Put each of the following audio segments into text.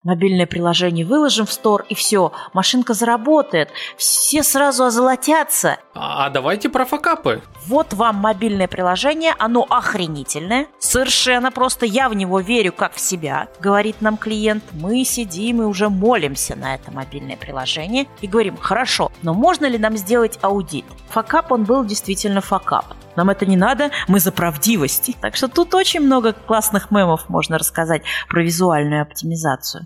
Мобильное приложение выложим в стор, и все, машинка заработает, все сразу озолотятся. А давайте про факапы. Вот вам мобильное приложение, оно охренительное, совершенно просто, я в него верю как в себя, говорит нам клиент. Мы сидим и уже молимся на это мобильное приложение и говорим: хорошо, но можно ли нам сделать аудит? Факап, он был действительно факап. Нам это не надо, мы за правдивость. Так что тут очень много классных мемов можно рассказать про визуальную оптимизацию.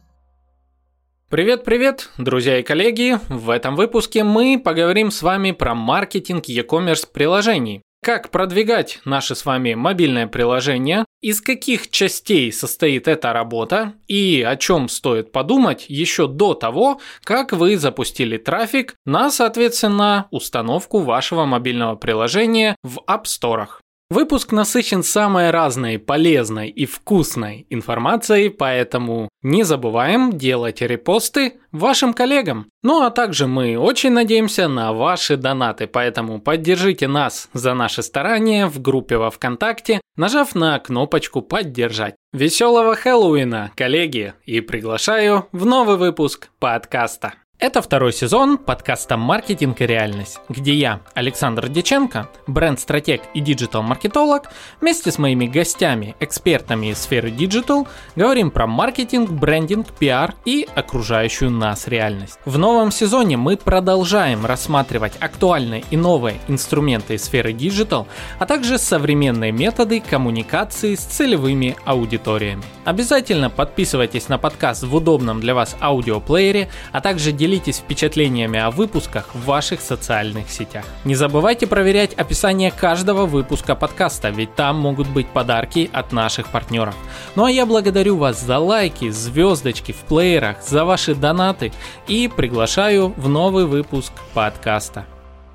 Привет, друзья и коллеги! В этом выпуске мы поговорим с вами про маркетинг e-commerce приложений. Как продвигать наше с вами мобильное приложение, из каких частей состоит эта работа и о чем стоит подумать еще до того, как вы запустили трафик на, соответственно, установку вашего мобильного приложения в App Store. Выпуск насыщен самой разной, полезной и вкусной информацией, поэтому не забываем делать репосты вашим коллегам. Ну а также мы очень надеемся на ваши донаты, поэтому поддержите нас за наши старания в группе во ВКонтакте, нажав на кнопочку «Поддержать». Веселого Хэллоуина, коллеги, и приглашаю в новый выпуск подкаста. Это второй сезон подкаста «Маркетинг и реальность», где я, Александр Дьяченко, бренд-стратег и диджитал-маркетолог, вместе с моими гостями, экспертами из сферы диджитал, говорим про маркетинг, брендинг, пиар и окружающую нас реальность. В новом сезоне мы продолжаем рассматривать актуальные и новые инструменты из сферы диджитал, а также современные методы коммуникации с целевыми аудиториями. Обязательно подписывайтесь на подкаст в удобном для вас аудиоплеере, а также делитесь впечатлениями о выпусках в ваших социальных сетях. Не забывайте проверять описание каждого выпуска подкаста, ведь там могут быть подарки от наших партнеров. Ну а я благодарю вас за лайки, звездочки в плеерах, за ваши донаты и приглашаю в новый выпуск подкаста.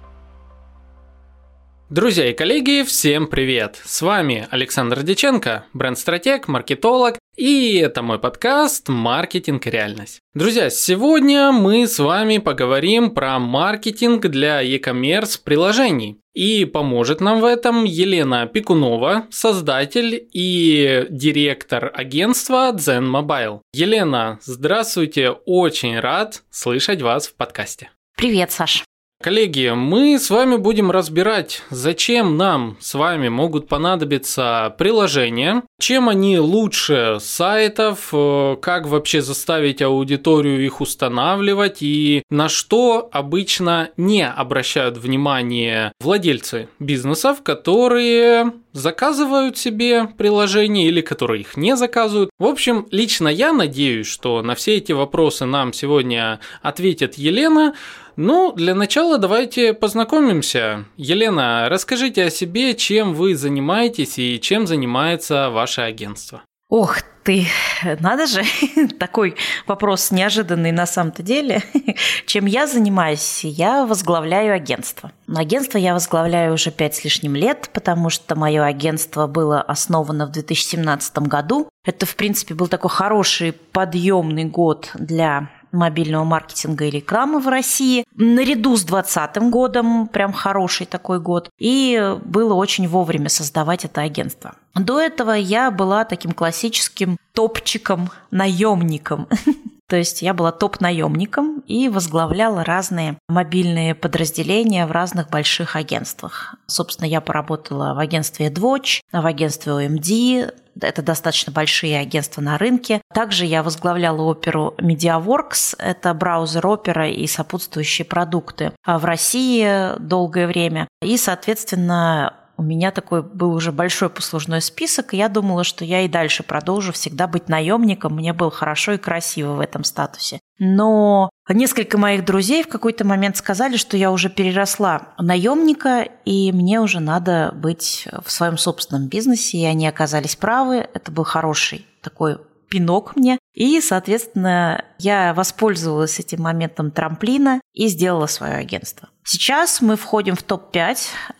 Друзья и коллеги, всем привет! С вами Александр Дьяченко, бренд-стратег, маркетолог, и это мой подкаст «Маркетинг и реальность». Друзья, сегодня мы с вами поговорим про маркетинг для e-commerce приложений. И поможет нам в этом Елена Пикунова, создатель и директор агентства Zen Mobile. Елена, здравствуйте, очень рад слышать вас в подкасте. Привет, Саш. Коллеги, мы с вами будем разбирать, зачем нам с вами могут понадобиться приложения, чем они лучше сайтов, как вообще заставить аудиторию их устанавливать и на что обычно не обращают внимание владельцы бизнесов, которые заказывают себе приложения или которые их не заказывают. В общем, лично я надеюсь, что на все эти вопросы нам сегодня ответит Елена. Ну, для начала давайте познакомимся. Елена, расскажите о себе, чем вы занимаетесь и чем занимается ваше агентство. Ох ты, надо же, такой вопрос неожиданный на самом-то деле. Чем я занимаюсь? Я возглавляю агентство. Агентство я возглавляю уже 5 с лишним лет, потому что мое агентство было основано в 2017 году. Это, в принципе, был такой хороший подъемный год для мобильного маркетинга и рекламы в России. Наряду с 2020 годом, прям хороший такой год. И было очень вовремя создавать это агентство. До этого я была таким классическим топчиком, наемником. То есть я была топ-наемником и возглавляла разные мобильные подразделения в разных больших агентствах. Собственно, я поработала в агентстве AdWatch, в агентстве OMD. Это достаточно большие агентства на рынке. Также я возглавляла оперу MediaWorks. Это браузер Opera и сопутствующие продукты в России долгое время. И, соответственно, у меня такой был уже большой послужной список, и я думала, что я и дальше продолжу всегда быть наемником. Мне было хорошо и красиво в этом статусе. Но несколько моих друзей в какой-то момент сказали, что я уже переросла наемника, и мне уже надо быть в своем собственном бизнесе, и они оказались правы. Это был хороший такой пинок мне. И, соответственно, я воспользовалась этим моментом трамплина и сделала свое агентство. Сейчас мы входим в топ-5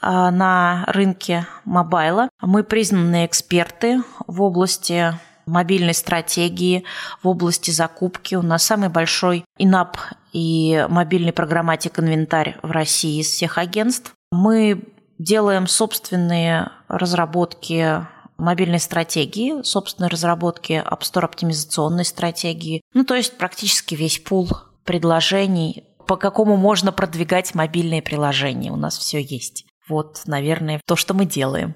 на рынке мобайла. Мы признанные эксперты в области мобильной стратегии, в области закупки. У нас самый большой инап и мобильный программатик инвентарь в России из всех агентств. Мы делаем собственные разработки мобильной стратегии, собственной разработки, App Store оптимизационной стратегии. То есть практически весь пул предложений, по какому можно продвигать мобильные приложения. У нас все есть. Вот, наверное, то, что мы делаем.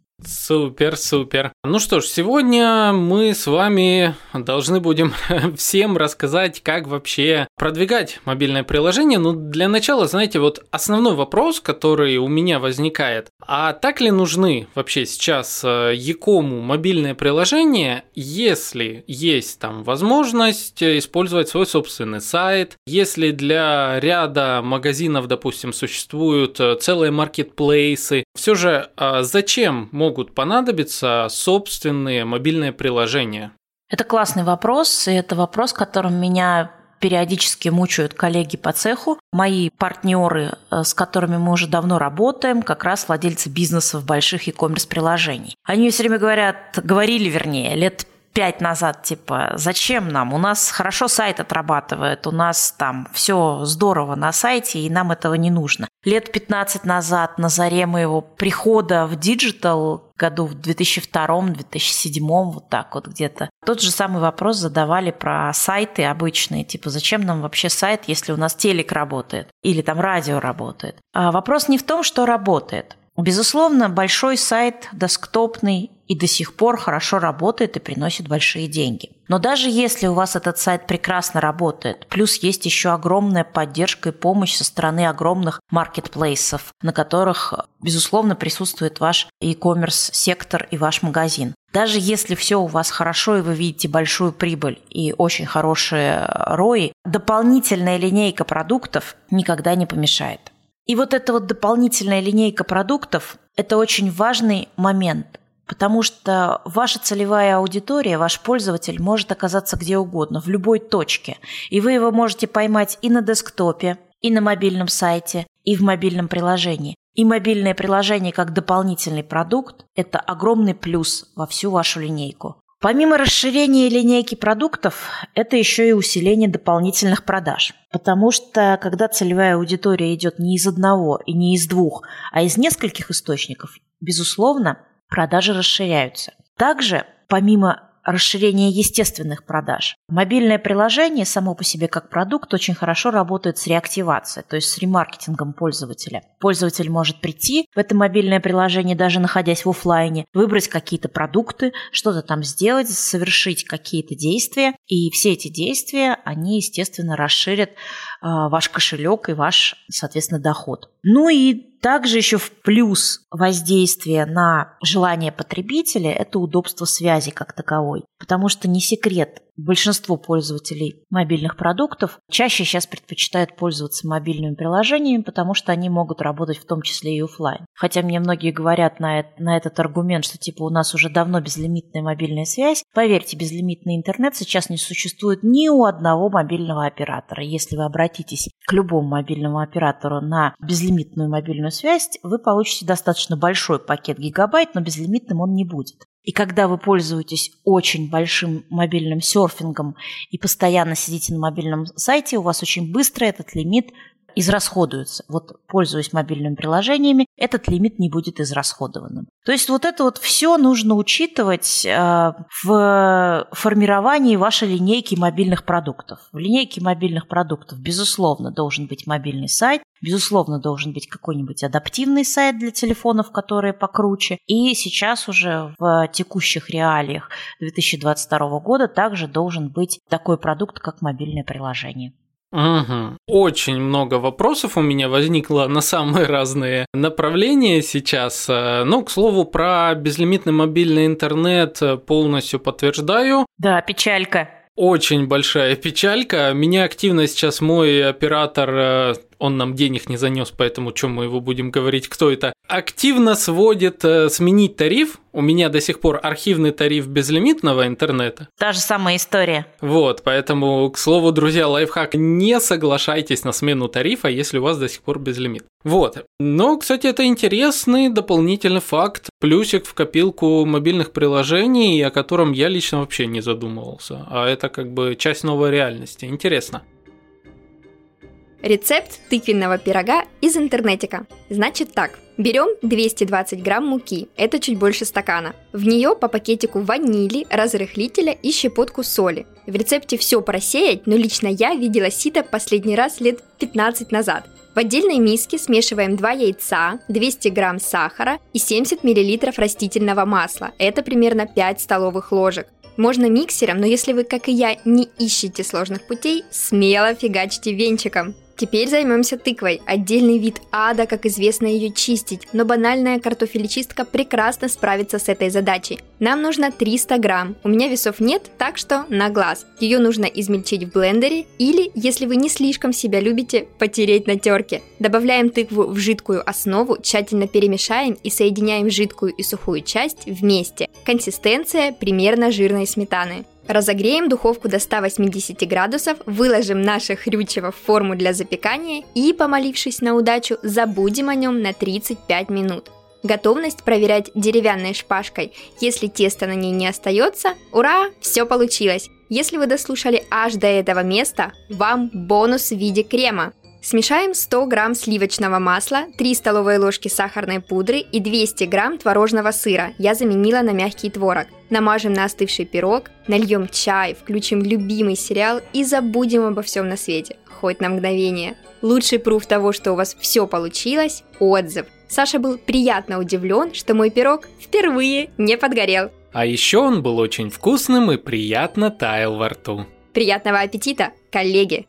Супер, супер. Ну что ж, сегодня мы с вами должны будем всем рассказать, как вообще продвигать мобильное приложение. Для начала, знаете, вот основной вопрос, который у меня возникает, а так ли нужны вообще сейчас e-кому мобильное приложение, если есть там возможность использовать свой собственный сайт, если для ряда магазинов, допустим, существуют целые маркетплейсы, все же зачем могут понадобиться собственные мобильные приложения? Это классный вопрос, и это вопрос, которым меня периодически мучают коллеги по цеху. Мои партнеры, с которыми мы уже давно работаем, как раз владельцы бизнесов больших e-commerce приложений. Они все время говорили лет 5 назад, зачем нам? У нас хорошо сайт отрабатывает, у нас там все здорово на сайте, и нам этого не нужно. Лет 15 назад, на заре моего прихода в диджитал, году в 2002-2007, вот так вот где-то, тот же самый вопрос задавали про сайты обычные, зачем нам вообще сайт, если у нас телек работает или там радио работает? А вопрос не в том, что работает. Безусловно, большой сайт, десктопный, и до сих пор хорошо работает и приносит большие деньги. Но даже если у вас этот сайт прекрасно работает, плюс есть еще огромная поддержка и помощь со стороны огромных маркетплейсов, на которых, безусловно, присутствует ваш e-commerce сектор и ваш магазин. Даже если все у вас хорошо и вы видите большую прибыль и очень хорошие ROI, дополнительная линейка продуктов никогда не помешает. И вот эта вот дополнительная линейка продуктов – это очень важный момент, потому что ваша целевая аудитория, ваш пользователь может оказаться где угодно, в любой точке. И вы его можете поймать и на десктопе, и на мобильном сайте, и в мобильном приложении. И мобильное приложение как дополнительный продукт – это огромный плюс во всю вашу линейку. Помимо расширения линейки продуктов, это еще и усиление дополнительных продаж. Потому что, когда целевая аудитория идет не из одного и не из двух, а из нескольких источников, безусловно, продажи расширяются. Также, помимо расширения естественных продаж, мобильное приложение само по себе как продукт очень хорошо работает с реактивацией, то есть с ремаркетингом пользователя. Пользователь может прийти в это мобильное приложение, даже находясь в офлайне, выбрать какие-то продукты, что-то там сделать, совершить какие-то действия, и все эти действия, они, естественно, расширят ваш кошелек и ваш, соответственно, доход. И также еще в плюс воздействие на желание потребителя – это удобство связи как таковой. Потому что не секрет, большинство пользователей мобильных продуктов чаще сейчас предпочитают пользоваться мобильными приложениями, потому что они могут работать в том числе и офлайн. Хотя мне многие говорят на этот аргумент, что у нас уже давно безлимитная мобильная связь. Поверьте, безлимитный интернет сейчас не существует ни у одного мобильного оператора. Если вы обратитесь к любому мобильному оператору на безлимитную мобильную связь, вы получите достаточно большой пакет гигабайт, но безлимитным он не будет. И когда вы пользуетесь очень большим мобильным серфингом и постоянно сидите на мобильном сайте, у вас очень быстро этот лимит израсходуется. Вот, пользуясь мобильными приложениями, этот лимит не будет израсходованным. То есть вот это вот все нужно учитывать в формировании вашей линейки мобильных продуктов. В линейке мобильных продуктов, безусловно, должен быть мобильный сайт, безусловно, должен быть какой-нибудь адаптивный сайт для телефонов, которые покруче. И сейчас уже в текущих реалиях 2022 года также должен быть такой продукт, как мобильное приложение. Угу. Очень много вопросов у меня возникло на самые разные направления сейчас. К слову, про безлимитный мобильный интернет полностью подтверждаю. Да, печалька. Очень большая печалька. Меня активно сейчас мой оператор, он нам денег не занес, поэтому чем мы его будем говорить, кто это, активно сводит сменить тариф. У меня до сих пор архивный тариф безлимитного интернета. Та же самая история. Вот, поэтому, к слову, друзья, лайфхак, не соглашайтесь на смену тарифа, если у вас до сих пор безлимит. Вот. Но, кстати, это интересный дополнительный факт, плюсик в копилку мобильных приложений, о котором я лично вообще не задумывался. А это как бы часть новой реальности. Интересно. Рецепт тыквенного пирога из интернетика. Значит так. Берем 220 грамм муки, это чуть больше стакана. В нее по пакетику ванили, разрыхлителя и щепотку соли. В рецепте все просеять, но лично я видела сито последний раз лет 15 назад. В отдельной миске смешиваем 2 яйца, 200 грамм сахара и 70 мл растительного масла. Это примерно 5 столовых ложек. Можно миксером, но если вы, как и я, не ищете сложных путей, смело фигачьте венчиком. Теперь займемся тыквой. Отдельный вид ада, как известно, ее чистить, но банальная картофелечистка прекрасно справится с этой задачей. Нам нужно 300 грамм. У меня весов нет, так что на глаз. Ее нужно измельчить в блендере или, если вы не слишком себя любите, потереть на терке. Добавляем тыкву в жидкую основу, тщательно перемешаем и соединяем жидкую и сухую часть вместе. Консистенция примерно жирной сметаны. Разогреем духовку до 180 градусов, выложим наше хрючево в форму для запекания и, помолившись на удачу, забудем о нем на 35 минут. Готовность проверять деревянной шпажкой. Если тесто на ней не остается, ура, все получилось! Если вы дослушали аж до этого места, вам бонус в виде крема. Смешаем 100 грамм сливочного масла, 3 столовые ложки сахарной пудры и 200 грамм творожного сыра. Я заменила на мягкий творог. Намажем на остывший пирог, нальем чай, включим любимый сериал и забудем обо всем на свете, хоть на мгновение. Лучший пруф того, что у вас все получилось – отзыв. Саша был приятно удивлен, что мой пирог впервые не подгорел. А еще он был очень вкусным и приятно таял во рту. Приятного аппетита, коллеги!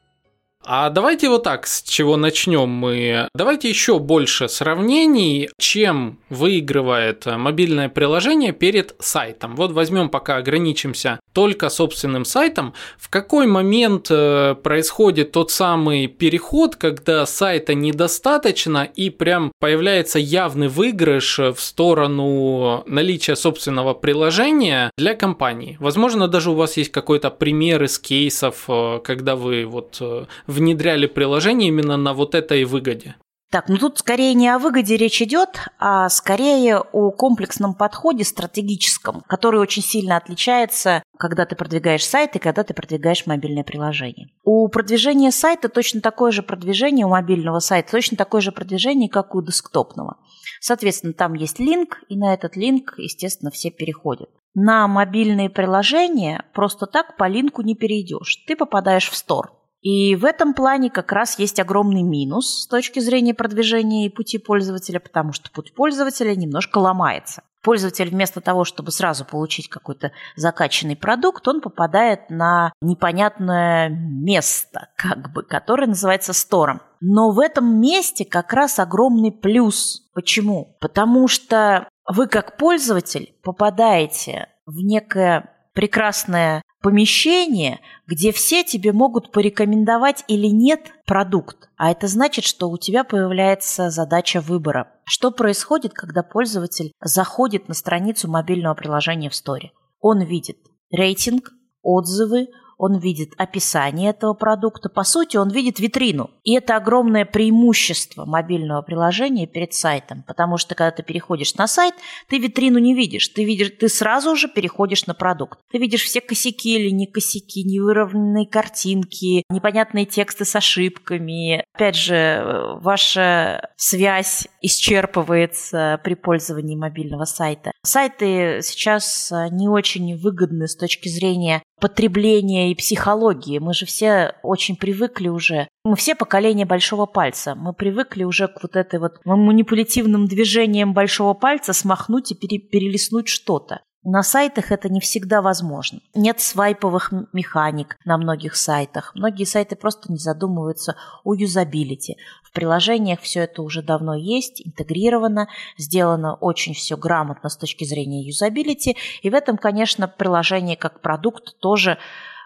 А давайте вот так, с чего начнем мы. Давайте еще больше сравнений, чем выигрывает мобильное приложение перед сайтом. Вот возьмем, пока ограничимся только собственным сайтом. В какой момент происходит тот самый переход, когда сайта недостаточно и прям появляется явный выигрыш в сторону наличия собственного приложения для компании? Возможно, даже у вас есть какой-то пример из кейсов, когда вы вот внедряли приложение именно на вот этой выгоде. Так, ну тут скорее не о выгоде речь идет, а скорее о комплексном подходе стратегическом, который очень сильно отличается, когда ты продвигаешь сайт и когда ты продвигаешь мобильное приложение. У продвижения сайта точно такое же продвижение, у мобильного сайта точно такое же продвижение, как у десктопного. Соответственно, там есть линк, и на этот линк, естественно, все переходят. На мобильные приложения просто так по линку не перейдешь, ты попадаешь в стор. И в этом плане как раз есть огромный минус с точки зрения продвижения и пути пользователя, потому что путь пользователя немножко ломается. Пользователь вместо того, чтобы сразу получить какой-то закачанный продукт, он попадает на непонятное место, которое называется стором. Но в этом месте как раз огромный плюс. Почему? Потому что вы как пользователь попадаете в некое прекрасное помещение, где все тебе могут порекомендовать или нет продукт. А это значит, что у тебя появляется задача выбора. Что происходит, когда пользователь заходит на страницу мобильного приложения в сторе? Он видит рейтинг, отзывы, он видит описание этого продукта. По сути, он видит витрину. И это огромное преимущество мобильного приложения перед сайтом. Потому что, когда ты переходишь на сайт, ты витрину не видишь. Ты сразу же переходишь на продукт. Ты видишь все косяки или не косяки, невыровненные картинки, непонятные тексты с ошибками. Опять же, ваша связь исчерпывается при пользовании мобильного сайта. Сайты сейчас не очень выгодны с точки зрения потребления и психологии. Мы же все очень привыкли уже. Мы все поколение большого пальца. Мы привыкли уже к вот этой вот манипулятивным движениям большого пальца смахнуть и перелистнуть что-то. На сайтах это не всегда возможно. Нет свайповых механик на многих сайтах. Многие сайты просто не задумываются о юзабилити. В приложениях все это уже давно есть, интегрировано, сделано очень все грамотно с точки зрения юзабилити. И в этом, конечно, приложение как продукт тоже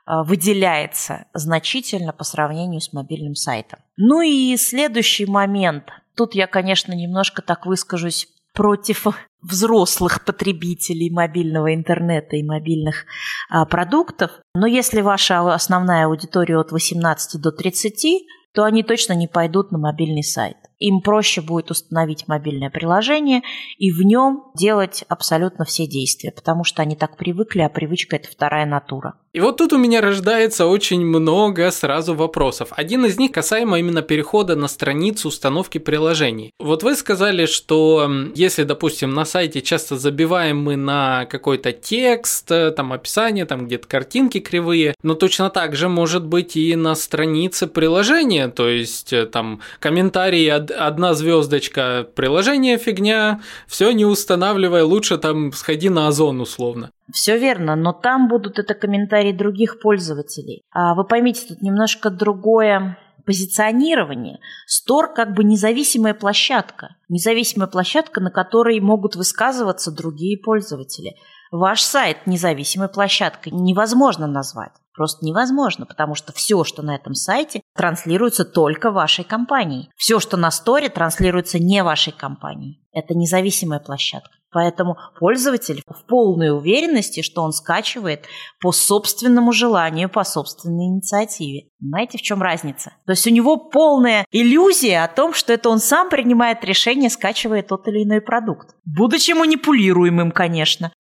выделяется значительно по сравнению с мобильным сайтом. Ну и следующий момент. Тут я, конечно, немножко так выскажусь против взрослых потребителей мобильного интернета и мобильных продуктов. Но если ваша основная аудитория от 18 до 30, то они точно не пойдут на мобильный сайт. Им проще будет установить мобильное приложение и в нем делать абсолютно все действия, потому что они так привыкли, а привычка – это вторая натура. И вот тут у меня рождается очень много сразу вопросов. Один из них касаемо именно перехода на страницу установки приложений. Вот вы сказали, что если, допустим, на сайте часто забиваем мы на какой-то текст, там описание, там где-то картинки кривые, но точно так же может быть и на странице приложения, то есть там комментарий, 1 звездочка, приложение фигня, все не устанавливай, лучше там сходи на Озон условно. Все верно, но там будут это комментарии других пользователей. Вы поймите, тут немножко другое позиционирование. Стор как бы независимая площадка. Независимая площадка, на которой могут высказываться другие пользователи. Ваш сайт независимой площадкой невозможно назвать. Просто невозможно, потому что все, что на этом сайте, транслируется только вашей компанией. Все, что на сторе, транслируется не вашей компанией. Это независимая площадка. Поэтому пользователь в полной уверенности, что он скачивает по собственному желанию, по собственной инициативе. Понимаете, в чем разница? То есть у него полная иллюзия о том, что это он сам принимает решение, скачивая тот или иной продукт. Будучи манипулируемым, конечно.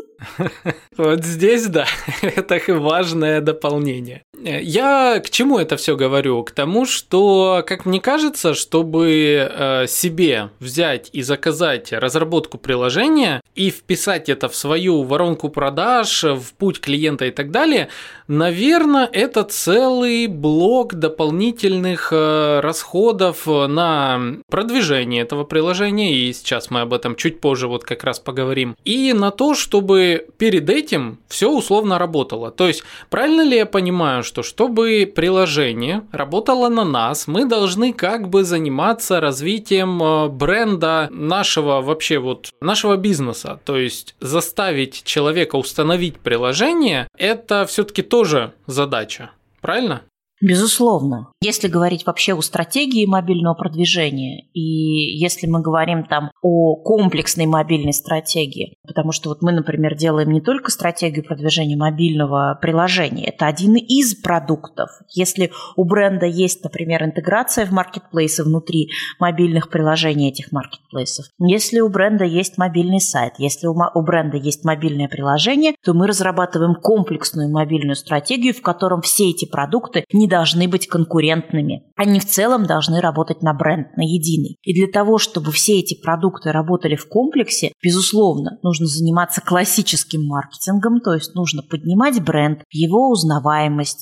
Вот здесь, да, это важное дополнение. Я к чему это все говорю? К тому, что, как мне кажется, чтобы себе взять и заказать разработку приложения и вписать это в свою воронку продаж, в путь клиента и так далее, наверное, это целый блок дополнительных расходов на продвижение этого приложения, и сейчас мы об этом чуть позже вот как раз поговорим, и на то, чтобы перед этим все условно работало. То есть, правильно ли я понимаю, что чтобы приложение работало на нас, мы должны как бы заниматься развитием бренда нашего вообще вот нашего бизнеса. То есть заставить человека установить приложение – это все-таки тоже задача. Правильно? Безусловно. Если говорить вообще о стратегии мобильного продвижения, и если мы говорим там о комплексной мобильной стратегии, потому что вот мы, например, делаем не только стратегию продвижения мобильного приложения, это один из продуктов. Если у бренда есть, например, интеграция в маркетплейсы внутри мобильных приложений этих маркетплейсов, если у бренда есть мобильный сайт, если у бренда есть мобильное приложение, то мы разрабатываем комплексную мобильную стратегию, в котором все эти продукты не должны быть конкурентными. Они в целом должны работать на бренд, на единый. И для того, чтобы все эти продукты работали в комплексе, безусловно, нужно заниматься классическим маркетингом, то есть нужно поднимать бренд, его узнаваемость,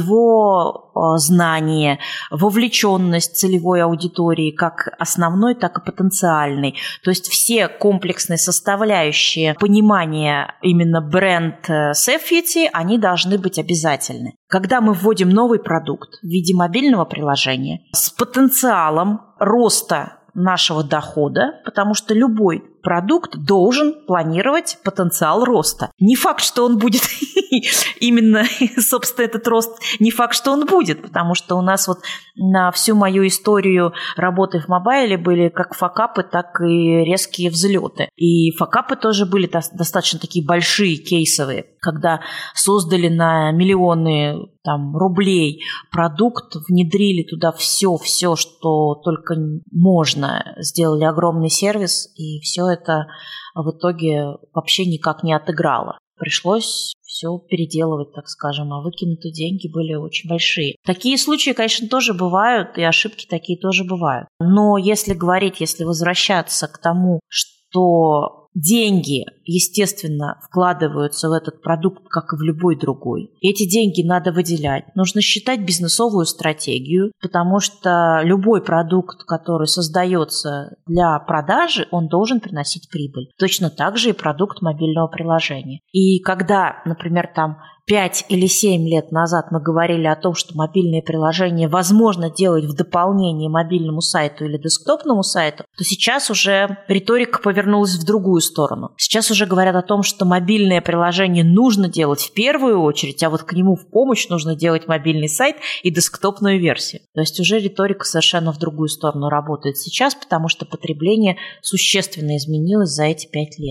его знание, вовлеченность целевой аудитории, как основной, так и потенциальной. То есть все комплексные составляющие понимания именно бренд safety, они должны быть обязательны. Когда мы вводим новый продукт в виде мобильного приложения с потенциалом роста нашего дохода, потому что любой продукт должен планировать потенциал роста. Не факт, что он будет именно, собственно, этот рост, не факт, что он будет, потому что у нас вот на всю мою историю работы в мобайле были как факапы, так и резкие взлеты. И факапы тоже были достаточно такие большие, кейсовые, когда создали на миллионы рублей продукт, внедрили туда все, что только можно, сделали огромный сервис, и все это в итоге вообще никак не отыграло. Пришлось все переделывать, так скажем, а выкинутые деньги были очень большие. Такие случаи, конечно, тоже бывают, и ошибки такие тоже бывают. Но если возвращаться к тому, что деньги, естественно, вкладываются в этот продукт, как и в любой другой. И эти деньги надо выделять. Нужно считать бизнесовую стратегию, потому что любой продукт, который создается для продажи, он должен приносить прибыль. Точно так же и продукт мобильного приложения. И когда, например, 5 или 7 лет назад мы говорили о том, что мобильные приложения возможно делать в дополнение мобильному сайту или десктопному сайту, то сейчас уже риторика повернулась в другую сторону. Сейчас уже говорят о том, что мобильное приложение нужно делать в первую очередь, а вот к нему в помощь нужно делать мобильный сайт и десктопную версию. То есть уже риторика совершенно в другую сторону работает сейчас, потому что потребление существенно изменилось за эти 5 лет.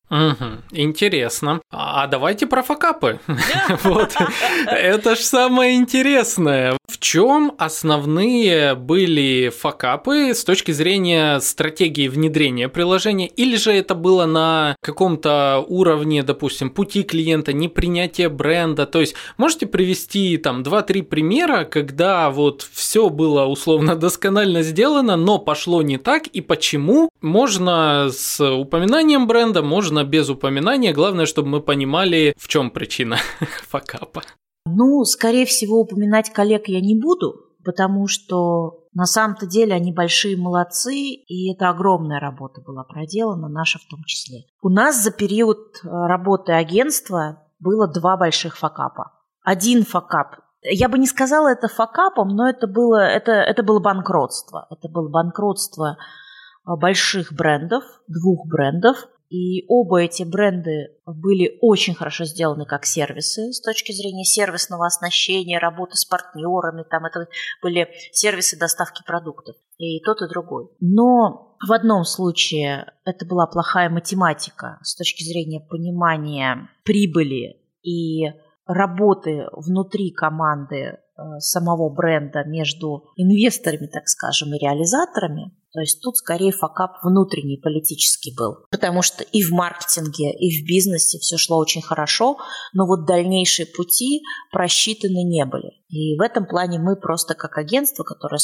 Интересно. А давайте про факапы. Вот. Это ж самое интересное. В чем основные были факапы с точки зрения стратегии внедрения приложения? Или же это было на каком-то уровне, допустим, пути клиента, непринятия бренда? То есть можете привести там 2-3 примера, когда вот все было условно досконально сделано, но пошло не так, и почему? Можно с упоминанием бренда, можно без упоминания, главное, чтобы мы понимали, в чем причина факапа. Скорее всего, упоминать коллег я не буду, потому что на самом-то деле они большие молодцы, и это огромная работа была проделана, наша в том числе. У нас за период работы агентства было 2 больших факапа. Один факап, я бы не сказала это факапом, но это было банкротство. Это было банкротство больших брендов, 2 брендов. И оба эти бренды были очень хорошо сделаны как сервисы с точки зрения сервисного оснащения, работы с партнерами. Там это были сервисы доставки продуктов. И тот, и другой. Но в одном случае это была плохая математика с точки зрения понимания прибыли и работы внутри команды самого бренда между инвесторами, так скажем, и реализаторами. То есть тут скорее факап внутренний политический был. Потому что и в маркетинге, и в бизнесе все шло очень хорошо, но вот дальнейшие пути просчитаны не были. И в этом плане мы просто как агентство, которое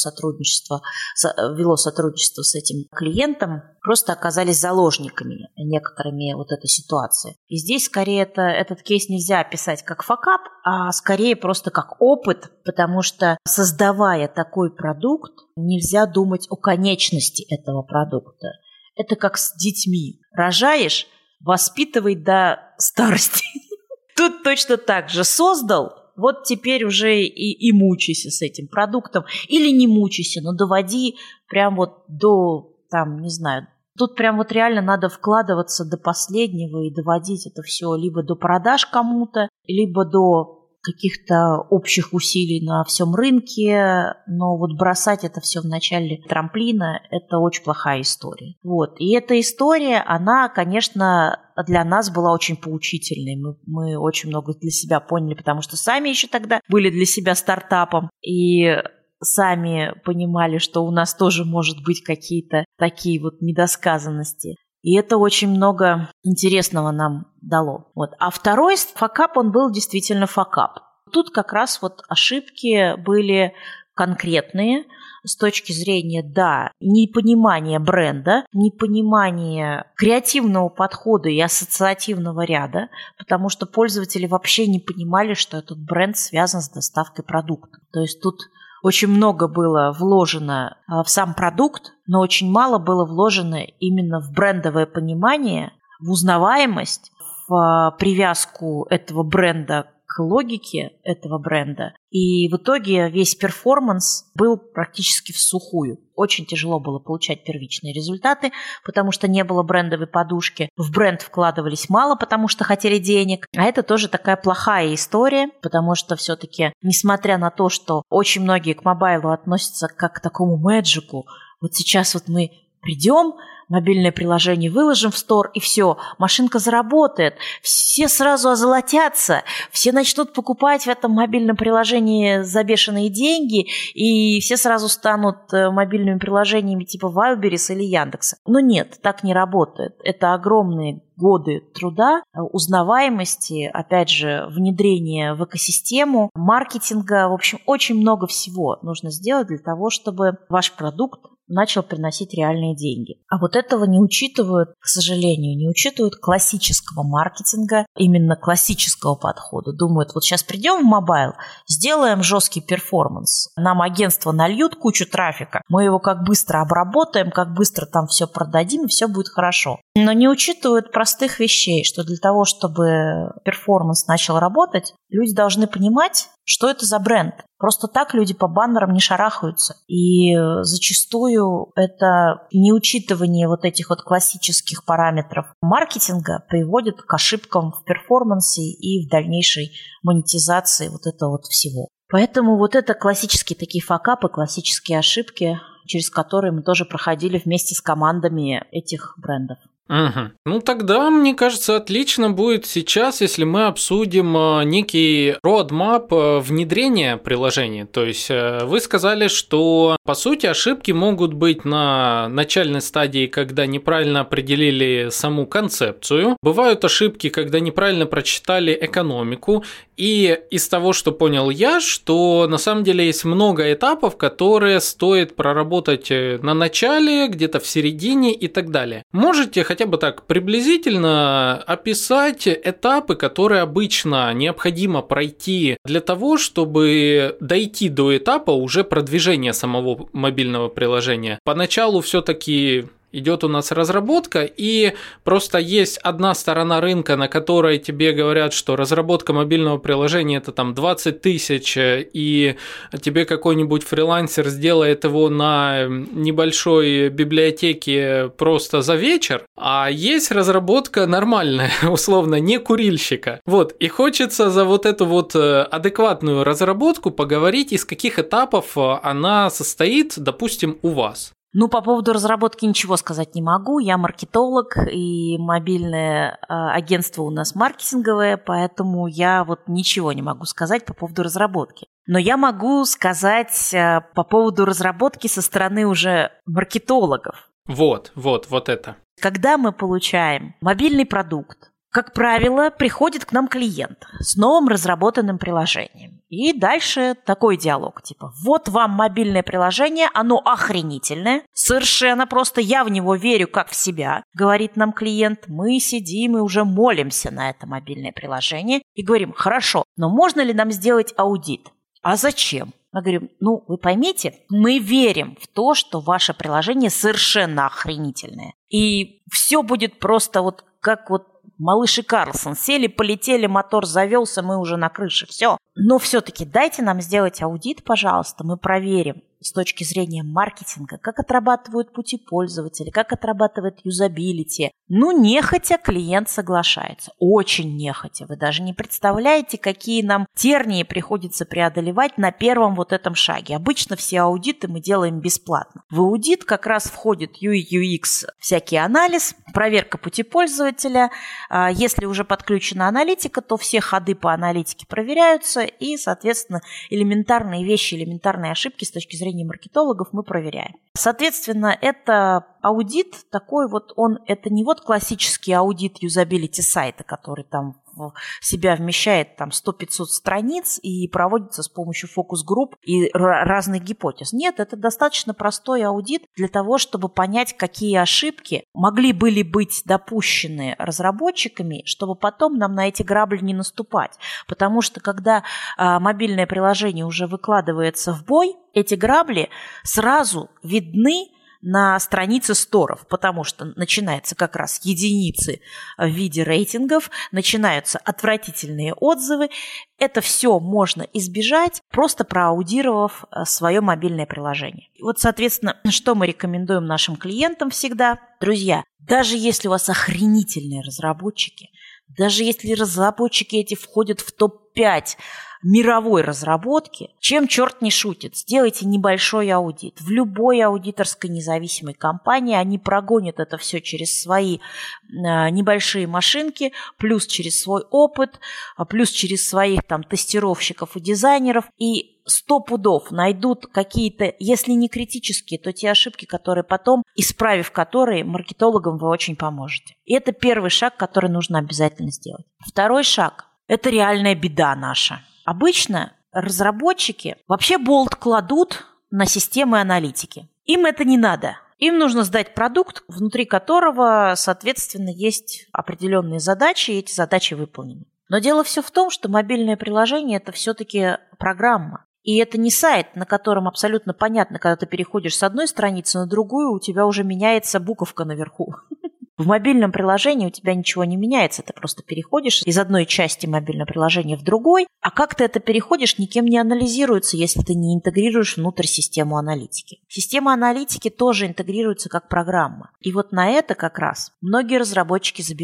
вело сотрудничество с этим клиентом, просто оказались заложниками некоторыми вот этой ситуации. И здесь скорее этот кейс нельзя описать как факап, а скорее просто как опыт, потому что создавая такой продукт, нельзя думать о конечности этого продукта. Это как с детьми. Рожаешь, воспитывай до старости. Тут точно так же создал, вот теперь уже и мучайся с этим продуктом. Или не мучайся, но доводи прям вот до, не знаю, тут прям вот реально надо вкладываться до последнего и доводить это все либо до продаж кому-то, либо до каких-то общих усилий на всем рынке, но вот бросать это все в начале трамплина – это очень плохая история. Вот. И эта история, она, конечно, для нас была очень поучительной. Мы очень много для себя поняли, потому что сами еще тогда были для себя стартапом, и сами понимали, что у нас тоже может быть какие-то такие вот недосказанности. И это очень много интересного нам дало. Вот. А второй факап, он был действительно факап. Тут как раз вот ошибки были конкретные с точки зрения, непонимания бренда, непонимания креативного подхода и ассоциативного ряда, потому что пользователи вообще не понимали, что этот бренд связан с доставкой продукта. То есть тут очень много было вложено в сам продукт, но очень мало было вложено именно в брендовое понимание, в узнаваемость, в привязку этого бренда к логике этого бренда. И в итоге весь перформанс был практически всухую. Очень тяжело было получать первичные результаты, потому что не было брендовой подушки. В бренд вкладывались мало, потому что хотели денег. А это тоже такая плохая история, потому что все-таки, несмотря на то, что очень многие к мобайлу относятся как к такому мэджику, вот сейчас вот мы придем, мобильное приложение выложим в стор, и все, машинка заработает, все сразу озолотятся, все начнут покупать в этом мобильном приложении за бешеные деньги, и все сразу станут мобильными приложениями типа Wildberries или Яндекса. Но нет, так не работает. Это огромные годы труда, узнаваемости, опять же, внедрения в экосистему, маркетинга. В общем, очень много всего нужно сделать для того, чтобы ваш продукт начал приносить реальные деньги. А вот этого не учитывают, к сожалению, не учитывают классического маркетинга, именно классического подхода. Думают, вот сейчас придем в мобайл, сделаем жесткий перформанс, нам агентство нальют кучу трафика, мы его как быстро обработаем, как быстро там все продадим, и все будет хорошо. Но не учитывают простых вещей, что для того, чтобы перформанс начал работать, люди должны понимать, что это за бренд. Просто так люди по баннерам не шарахаются. И зачастую это неучитывание вот этих вот классических параметров маркетинга приводит к ошибкам в перформансе и в дальнейшей монетизации вот этого вот всего. Поэтому вот это классические такие факапы, классические ошибки, через которые мы тоже проходили вместе с командами этих брендов. Угу. Ну тогда, мне кажется, отлично будет сейчас, если мы обсудим некий roadmap внедрения приложения. То есть вы сказали, что по сути ошибки могут быть на начальной стадии, когда неправильно определили саму концепцию. Бывают ошибки, когда неправильно прочитали экономику. И из того, что понял я, что на самом деле есть много этапов, которые стоит проработать на начале, где-то в середине и так далее. Можете хотя бы так приблизительно описать этапы, которые обычно необходимо пройти для того, чтобы дойти до этапа уже продвижения самого мобильного приложения? Поначалу все-таки идет у нас разработка, и просто есть одна сторона рынка, на которой тебе говорят, что разработка мобильного приложения – это там 20 тысяч, и тебе какой-нибудь фрилансер сделает его на небольшой библиотеке просто за вечер, а есть разработка нормальная, условно, не курильщика. Вот, и хочется за вот эту вот адекватную разработку поговорить, из каких этапов она состоит, допустим, у вас. Ну, по поводу разработки ничего сказать не могу. Я маркетолог, и мобильное агентство у нас маркетинговое, поэтому я вот ничего не могу сказать по поводу разработки. Но я могу сказать по поводу разработки со стороны уже маркетологов. Вот это. Когда мы получаем мобильный продукт, как правило, приходит к нам клиент с новым разработанным приложением. И дальше такой диалог, типа, вот вам мобильное приложение, оно охренительное, совершенно просто, я в него верю как в себя, говорит нам клиент. Мы сидим и уже молимся на это мобильное приложение и говорим, хорошо, но можно ли нам сделать аудит? А зачем? Мы говорим, ну, вы поймите, мы верим в то, что ваше приложение совершенно охренительное. И все будет просто вот как вот малыш и Карлсон. Сели, полетели, мотор завелся, мы уже на крыше, все. Но все-таки дайте нам сделать аудит, пожалуйста, мы проверим с точки зрения маркетинга, как отрабатывают пути пользователя, как отрабатывает юзабилити. Ну, нехотя клиент соглашается. Очень нехотя. Вы даже не представляете, какие нам тернии приходится преодолевать на первом вот этом шаге. Обычно все аудиты мы делаем бесплатно. В аудит как раз входит UI, UX, всякий анализ, проверка пути пользователя. Если уже подключена аналитика, то все ходы по аналитике проверяются, и, соответственно, элементарные вещи, элементарные ошибки с точки зрения маркетологов мы проверяем. Соответственно, это аудит такой вот, это не вот классический аудит юзабилити сайта, который там в себя вмещает там 100-500 страниц и проводится с помощью фокус-групп и разных гипотез. Нет, это достаточно простой аудит для того, чтобы понять, какие ошибки могли были быть допущены разработчиками, чтобы потом нам на эти грабли не наступать. Потому что когда мобильное приложение уже выкладывается в бой, эти грабли сразу видны на странице сторов, потому что начинаются как раз единицы в виде рейтингов, начинаются отвратительные отзывы. Это все можно избежать, просто проаудировав свое мобильное приложение. И вот, соответственно, что мы рекомендуем нашим клиентам всегда? Друзья, даже если у вас охренительные разработчики, даже если разработчики эти входят в топ-5 мировой разработки, чем черт не шутит, сделайте небольшой аудит. В любой аудиторской независимой компании они прогонят это все через свои небольшие машинки, плюс через свой опыт, плюс через своих там тестировщиков и дизайнеров, и 100 пудов найдут какие-то, если не критические, то те ошибки, которые потом, исправив которые, маркетологам вы очень поможете. И это первый шаг, который нужно обязательно сделать. Второй шаг – это реальная беда наша. Обычно разработчики вообще болт кладут на системы аналитики. Им это не надо. Им нужно сдать продукт, внутри которого, соответственно, есть определенные задачи, и эти задачи выполнены. Но дело все в том, что мобильное приложение – это все-таки программа. И это не сайт, на котором абсолютно понятно, когда ты переходишь с одной страницы на другую, у тебя уже меняется буковка наверху. В мобильном приложении у тебя ничего не меняется, ты просто переходишь из одной части мобильного приложения в другой, а как ты это переходишь, никем не анализируется, если ты не интегрируешь внутрь систему аналитики. Система аналитики тоже интегрируется как программа. И вот на это как раз многие разработчики забивают.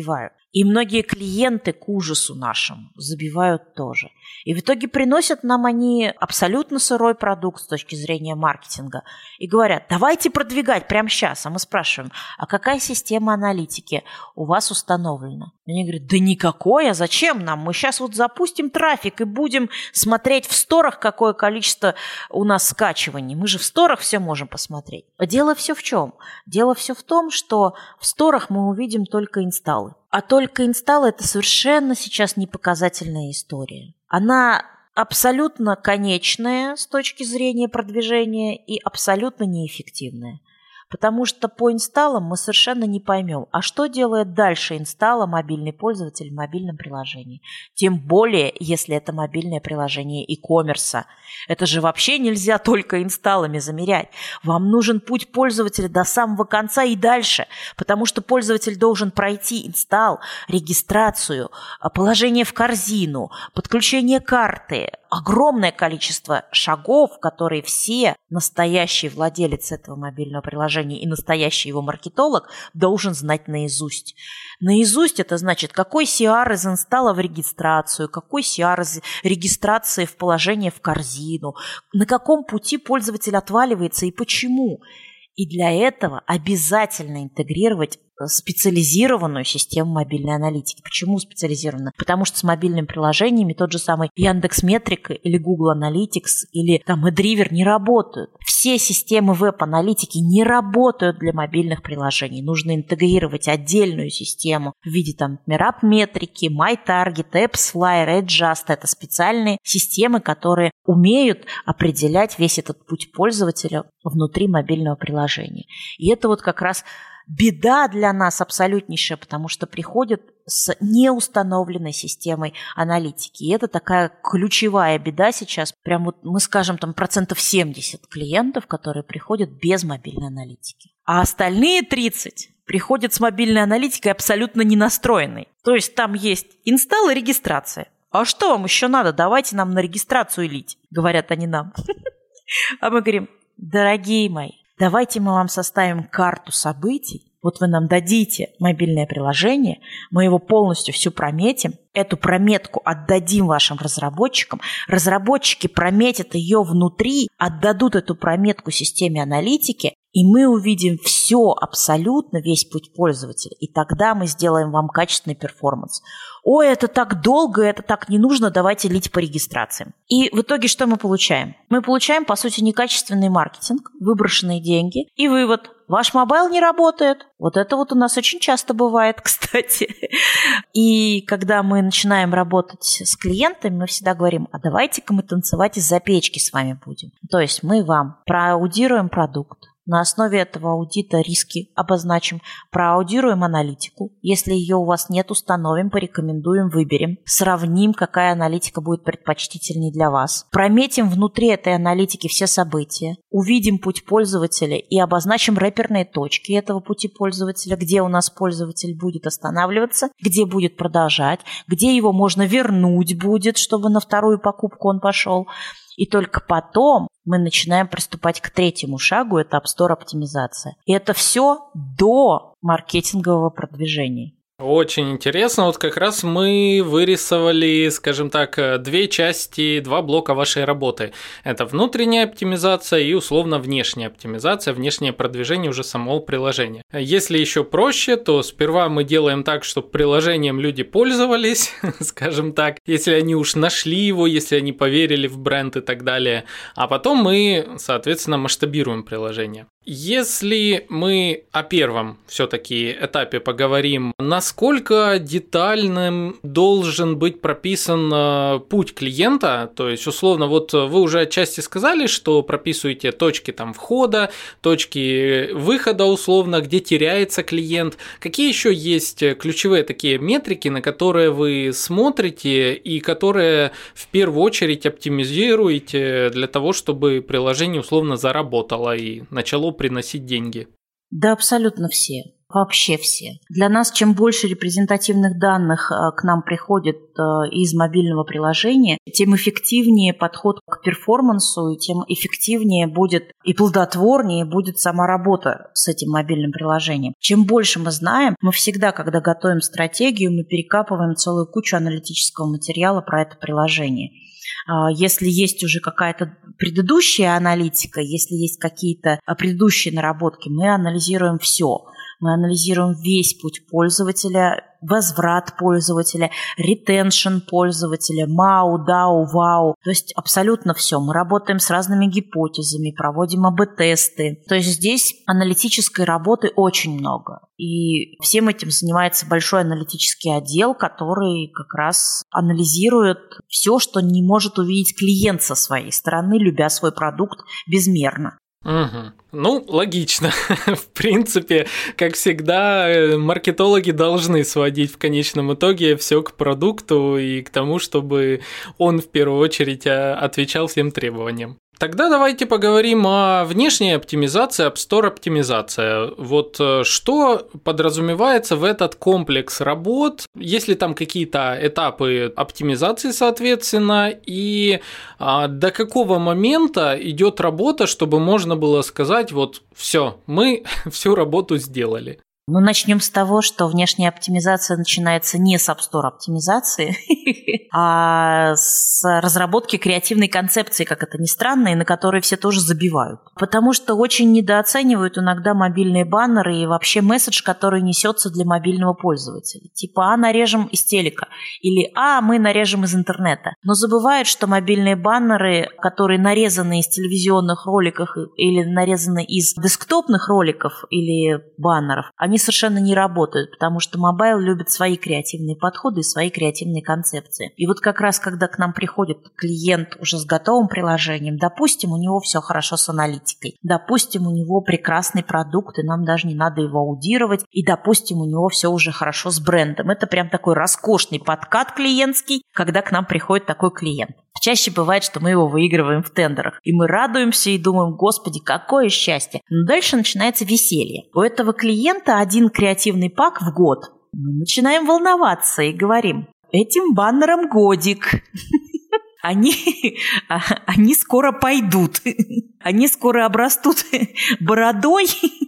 И многие клиенты к ужасу нашему забивают тоже. И в итоге приносят нам они абсолютно сырой продукт с точки зрения маркетинга. И говорят, давайте продвигать прямо сейчас. А мы спрашиваем, а какая система аналитики у вас установлена? И они говорят, да никакой, а зачем нам? Мы сейчас вот запустим трафик и будем смотреть в сторах, какое количество у нас скачиваний. Мы же в сторах все можем посмотреть. А дело все в чем? Дело все в том, что в сторах мы увидим только инсталлы. А только инсталл – это совершенно сейчас непоказательная история. Она абсолютно конечная с точки зрения продвижения и абсолютно неэффективная. Потому что по инсталлам мы совершенно не поймем, а что делает дальше инсталла мобильный пользователь в мобильном приложении. Тем более, если это мобильное приложение e-commerce. Это же вообще нельзя только инсталлами замерять. Вам нужен путь пользователя до самого конца и дальше, потому что пользователь должен пройти инсталл, регистрацию, положение в корзину, подключение карты. Огромное количество шагов, которые все настоящий владелец этого мобильного приложения и настоящий его маркетолог должен знать наизусть. Наизусть это значит, какой CR из инсталла в регистрацию, какой CR из регистрации в положение в корзину, на каком пути пользователь отваливается и почему. И для этого обязательно интегрировать специализированную систему мобильной аналитики. Почему специализированную? Потому что с мобильными приложениями тот же самый Яндекс.Метрика или Google Analytics или там AdRiver не работают. Все системы веб-аналитики не работают для мобильных приложений. Нужно интегрировать отдельную систему в виде там, например, App-метрики, MyTarget, AppsFlyer, Adjust. Это специальные системы, которые умеют определять весь этот путь пользователя внутри мобильного приложения. И это вот как раз беда для нас абсолютнейшая, потому что приходят с неустановленной системой аналитики. И это такая ключевая беда сейчас. Прям вот мы скажем, там 70% клиентов, которые приходят без мобильной аналитики. А остальные 30% приходят с мобильной аналитикой абсолютно не настроенной. То есть там есть инсталл и регистрация. А что вам еще надо? Давайте нам на регистрацию лить, говорят они нам. А мы говорим, дорогие мои, давайте мы вам составим карту событий. Вот вы нам дадите мобильное приложение, мы его полностью всю прометим, эту прометку отдадим вашим разработчикам, разработчики прометят ее внутри, отдадут эту прометку системе аналитики, и мы увидим все, абсолютно весь путь пользователя, и тогда мы сделаем вам качественный перформанс. Ой, это так долго, это так не нужно, давайте лить по регистрациям. И в итоге что мы получаем? Мы получаем, по сути, некачественный маркетинг, выброшенные деньги и вывод. Ваш мобайл не работает. Вот это вот у нас очень часто бывает, кстати. И когда мы начинаем работать с клиентами, мы всегда говорим, а давайте-ка мы танцевать из-за печки с вами будем. То есть мы вам проаудируем продукт, на основе этого аудита риски обозначим, проаудируем аналитику. Если ее у вас нет, установим, порекомендуем, выберем. Сравним, какая аналитика будет предпочтительней для вас. Прометим внутри этой аналитики все события. Увидим путь пользователя и обозначим реперные точки этого пути пользователя, где у нас пользователь будет останавливаться, где будет продолжать, где его можно вернуть будет, чтобы на вторую покупку он пошел. И только потом мы начинаем приступать к третьему шагу, это App Store оптимизация. И это все до маркетингового продвижения. Очень интересно. Вот как раз мы вырисовали, скажем так, две части, два блока вашей работы. Это внутренняя оптимизация и условно внешняя оптимизация, внешнее продвижение уже самого приложения. Если еще проще, то сперва мы делаем так, чтобы приложением люди пользовались, скажем так, если они уж нашли его, если они поверили в бренд и так далее. А потом мы, соответственно, масштабируем приложение. Если мы о первом все-таки этапе поговорим, насколько детальным должен быть прописан путь клиента, то есть условно вот вы уже отчасти сказали, что прописываете точки там входа, точки выхода условно, где теряется клиент. Какие еще есть ключевые такие метрики, на которые вы смотрите и которые в первую очередь оптимизируете для того, чтобы приложение условно заработало и начало приносить деньги? Да, абсолютно все. Вообще все. Для нас чем больше репрезентативных данных к нам приходит из мобильного приложения, тем эффективнее подход к перформансу, и тем эффективнее будет и плодотворнее будет сама работа с этим мобильным приложением. Чем больше мы знаем, мы всегда, когда готовим стратегию, мы перекапываем целую кучу аналитического материала про это приложение. Если есть уже какая-то предыдущая аналитика, если есть какие-то предыдущие наработки, мы анализируем все. Мы анализируем весь путь пользователя, возврат пользователя, ретеншн пользователя, MAU, DAU, WAU. То есть абсолютно все. Мы работаем с разными гипотезами, проводим АБ-тесты. То есть здесь аналитической работы очень много. И всем этим занимается большой аналитический отдел, который как раз анализирует все, что не может увидеть клиент со своей стороны, любя свой продукт безмерно. Угу. Ну, логично. В принципе, как всегда, маркетологи должны сводить в конечном итоге все к продукту и к тому, чтобы он в первую очередь отвечал всем требованиям. Тогда давайте поговорим о внешней оптимизации, App Store оптимизация. Вот что подразумевается в этот комплекс работ, есть ли там какие-то этапы оптимизации, соответственно, и до какого момента идет работа, чтобы можно было сказать, вот все, мы всю работу сделали. Ну, начнем с того, что внешняя оптимизация начинается не с App Store оптимизации, а с разработки креативной концепции, как это ни странно, и на которой все тоже забивают. Потому что очень недооценивают иногда мобильные баннеры и вообще месседж, который несется для мобильного пользователя. Типа нарежем из телека или мы нарежем из интернета. Но забывают, что мобильные баннеры, которые нарезаны из телевизионных роликов или нарезаны из десктопных роликов или баннеров, они совершенно не работают, потому что мобайл любит свои креативные подходы и свои креативные концепции. И вот как раз, когда к нам приходит клиент уже с готовым приложением, допустим, у него все хорошо с аналитикой, допустим, у него прекрасный продукт, и нам даже не надо его аудировать, и, допустим, у него все уже хорошо с брендом. Это прям такой роскошный подкат клиентский, когда к нам приходит такой клиент. Чаще бывает, что мы его выигрываем в тендерах. И мы радуемся и думаем, господи, какое счастье. Но дальше начинается веселье. У этого клиента один креативный пак в год. Мы начинаем волноваться и говорим, этим баннерам годик. Они скоро пойдут. Они скоро обрастут бородой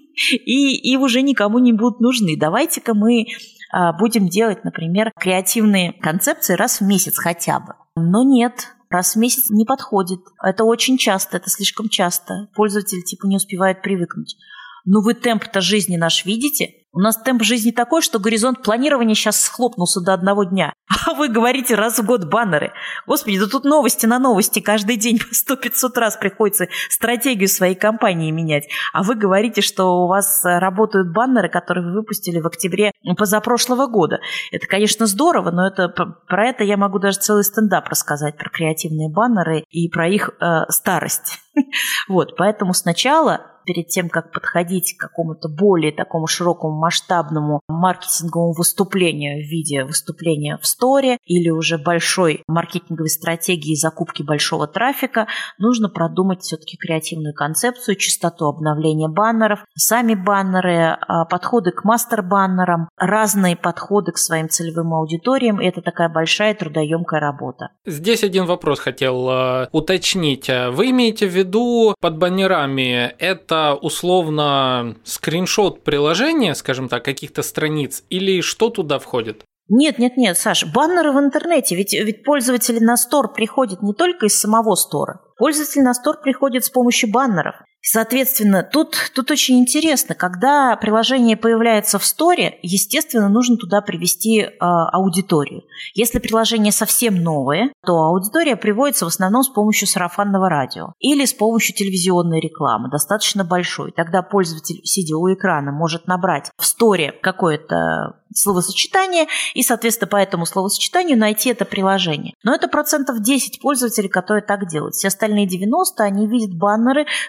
и уже никому не будут нужны. Давайте-ка мы будем делать, например, креативные концепции раз в месяц хотя бы. Но нет, раз в месяц не подходит. Это очень часто, это слишком часто. Пользователь типа не успевает привыкнуть. Ну вы темп-то жизни наш видите? У нас темп жизни такой, что горизонт планирования сейчас схлопнулся до 1 дня. А вы говорите раз в год баннеры. Господи, да тут новости на новости. Каждый день по 100-500 раз приходится стратегию своей компании менять. А вы говорите, что у вас работают баннеры, которые вы выпустили в октябре позапрошлого года. Это, конечно, здорово, но про это я могу даже целый стендап рассказать, про креативные баннеры и про их старость. Вот, поэтому сначала, перед тем, как подходить к какому-то более такому широкому масштабному маркетинговому выступлению в виде выступления в сторе или уже большой маркетинговой стратегии закупки большого трафика, нужно продумать все-таки креативную концепцию, частоту обновления баннеров, сами баннеры, подходы к мастер-баннерам, разные подходы к своим целевым аудиториям. Это такая большая трудоемкая работа. Здесь один вопрос хотел уточнить. Вы имеете в виду под баннерами это условно скриншот приложения, скажем так, каких-то страниц, или что туда входит? Нет, Саш, баннеры в интернете, ведь пользователи на стор приходят не только из самого стора. Пользователи на стор приходят с помощью баннеров. Соответственно, тут очень интересно, когда приложение появляется в сторе, естественно, нужно туда привести аудиторию. Если приложение совсем новое, то аудитория приводится в основном с помощью сарафанного радио или с помощью телевизионной рекламы, достаточно большой. Тогда пользователь, сидя у экрана, может набрать в сторе какое-то словосочетание и, соответственно, по этому словосочетанию найти это приложение. Но это 10% пользователей, которые так делают. Все остальные 90%, они видят баннеры, красочные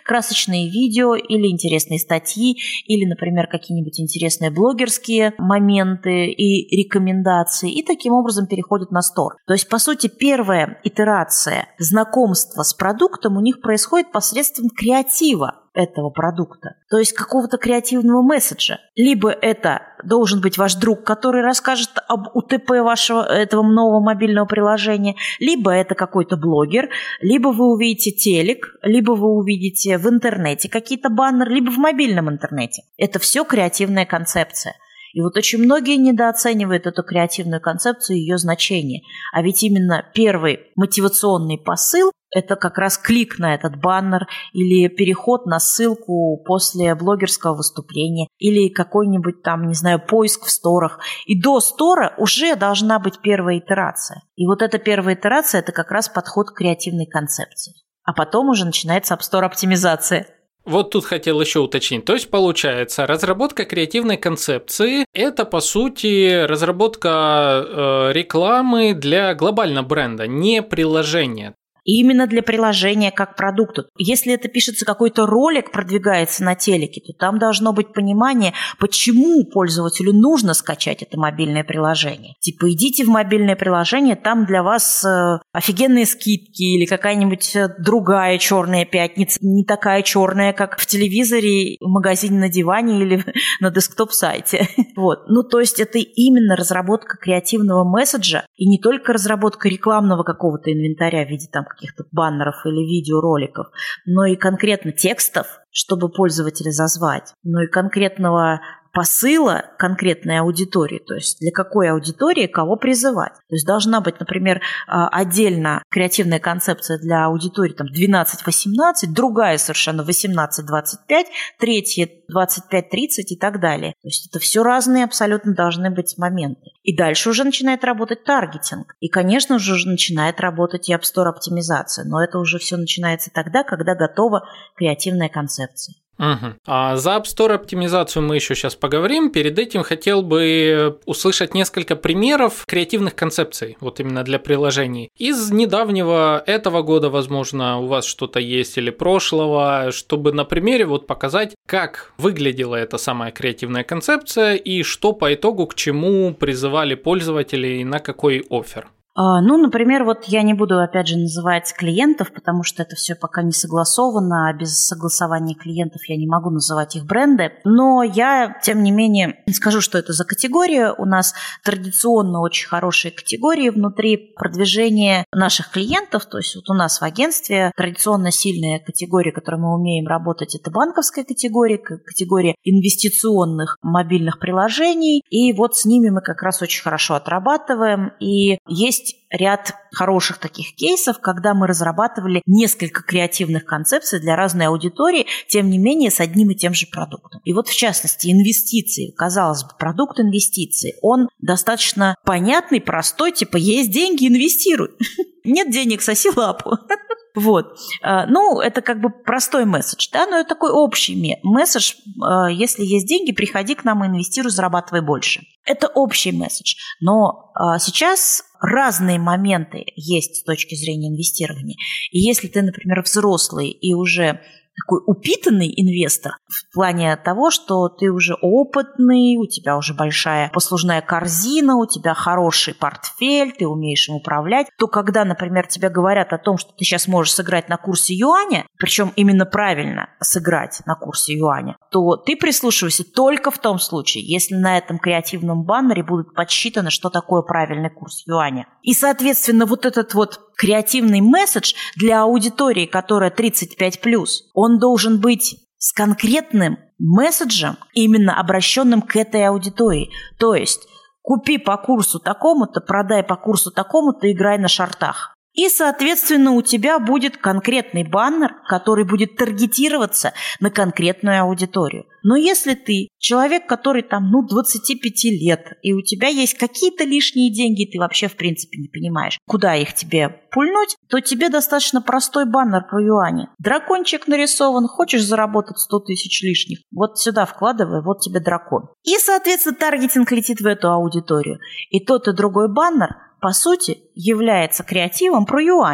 красочные видео или интересные статьи, или, например, какие-нибудь интересные блогерские моменты и рекомендации, и таким образом переходят на стор. То есть, по сути, первая итерация знакомства с продуктом у них происходит посредством креатива этого продукта, то есть какого-то креативного месседжа. Либо это должен быть ваш друг, который расскажет об УТП вашего этого нового мобильного приложения, либо это какой-то блогер, либо вы увидите телек, либо вы увидите в интернете какие-то баннеры, либо в мобильном интернете. Это все креативная концепция. И вот очень многие недооценивают эту креативную концепцию и ее значение. А ведь именно первый мотивационный посыл – это как раз клик на этот баннер или переход на ссылку после блогерского выступления или какой-нибудь там, не знаю, поиск в сторах. И до стора уже должна быть первая итерация. И вот эта первая итерация – это как раз подход к креативной концепции. А потом уже начинается App Store оптимизация. Вот тут хотел еще уточнить. То есть, получается, разработка креативной концепции – это, по сути, разработка рекламы для глобального бренда, не приложения. И именно для приложения как продукта. Если это пишется какой-то ролик, продвигается на телеке, то там должно быть понимание, почему пользователю нужно скачать это мобильное приложение. Типа идите в мобильное приложение, там для вас офигенные скидки или какая-нибудь другая черная пятница, не такая черная, как в телевизоре, в магазине на диване или на десктоп-сайте. Вот. Ну, то есть это именно разработка креативного месседжа и не только разработка рекламного какого-то инвентаря в виде там каких-то баннеров или видеороликов, но и конкретно текстов, чтобы пользователя зазвать, но и конкретного посыла конкретной аудитории, то есть для какой аудитории кого призывать. То есть должна быть, например, отдельно креативная концепция для аудитории там 12-18, другая совершенно 18-25, третья 25-30 и так далее. То есть это все разные абсолютно должны быть моменты. И дальше уже начинает работать таргетинг. И, конечно же, уже начинает работать и App Store оптимизация. Но это уже все начинается тогда, когда готова креативная концепция. Угу. А за App Store оптимизацию мы еще сейчас поговорим. Перед этим хотел бы услышать несколько примеров креативных концепций, вот именно для приложений. Из недавнего этого года, возможно, у вас что-то есть или прошлого, чтобы на примере вот показать, как выглядела эта самая креативная концепция и что по итогу к чему призывали пользователей, на какой оффер. Ну, например, вот я не буду, опять же, называть клиентов, потому что это все пока не согласовано, а без согласования клиентов я не могу называть их бренды. Но я, тем не менее, скажу, что это за категория. У нас традиционно очень хорошие категории внутри продвижения наших клиентов. То есть вот у нас в агентстве традиционно сильная категория, которой мы умеем работать, это банковская категория, категория инвестиционных мобильных приложений. И вот с ними мы как раз очень хорошо отрабатываем. И есть ряд хороших таких кейсов, когда мы разрабатывали несколько креативных концепций для разной аудитории, тем не менее с одним и тем же продуктом. И вот в частности инвестиции, казалось бы, продукт инвестиций, он достаточно понятный, простой, типа есть деньги, инвестируй. Нет денег, соси лапу. Вот. Ну, это как бы простой месседж, да, но это такой общий месседж. Если есть деньги, приходи к нам и инвестируй, зарабатывай больше. Это общий месседж. Но сейчас разные моменты есть с точки зрения инвестирования. И если ты, например, взрослый и уже такой упитанный инвестор в плане того, что ты уже опытный, у тебя уже большая послужная корзина, у тебя хороший портфель, ты умеешь им управлять, то когда, например, тебе говорят о том, что ты сейчас можешь сыграть на курсе юаня, причем именно правильно сыграть на курсе юаня, то ты прислушиваешься только в том случае, если на этом креативном баннере будет подсчитано, что такое правильный курс юаня. И, соответственно, вот этот вот креативный месседж для аудитории, которая 35+, он должен быть с конкретным месседжем, именно обращенным к этой аудитории. То есть купи по курсу такому-то, продай по курсу такому-то, играй на шортах. И, соответственно, у тебя будет конкретный баннер, который будет таргетироваться на конкретную аудиторию. Но если ты человек, который там, 25 лет, и у тебя есть какие-то лишние деньги, ты вообще, в принципе, не понимаешь, куда их тебе пульнуть, то тебе достаточно простой баннер про юани. Дракончик нарисован, хочешь заработать 100 тысяч лишних, вот сюда вкладывай, вот тебе дракон. И, соответственно, таргетинг летит в эту аудиторию. И тот, и другой баннер, по сути, является креативом про юани.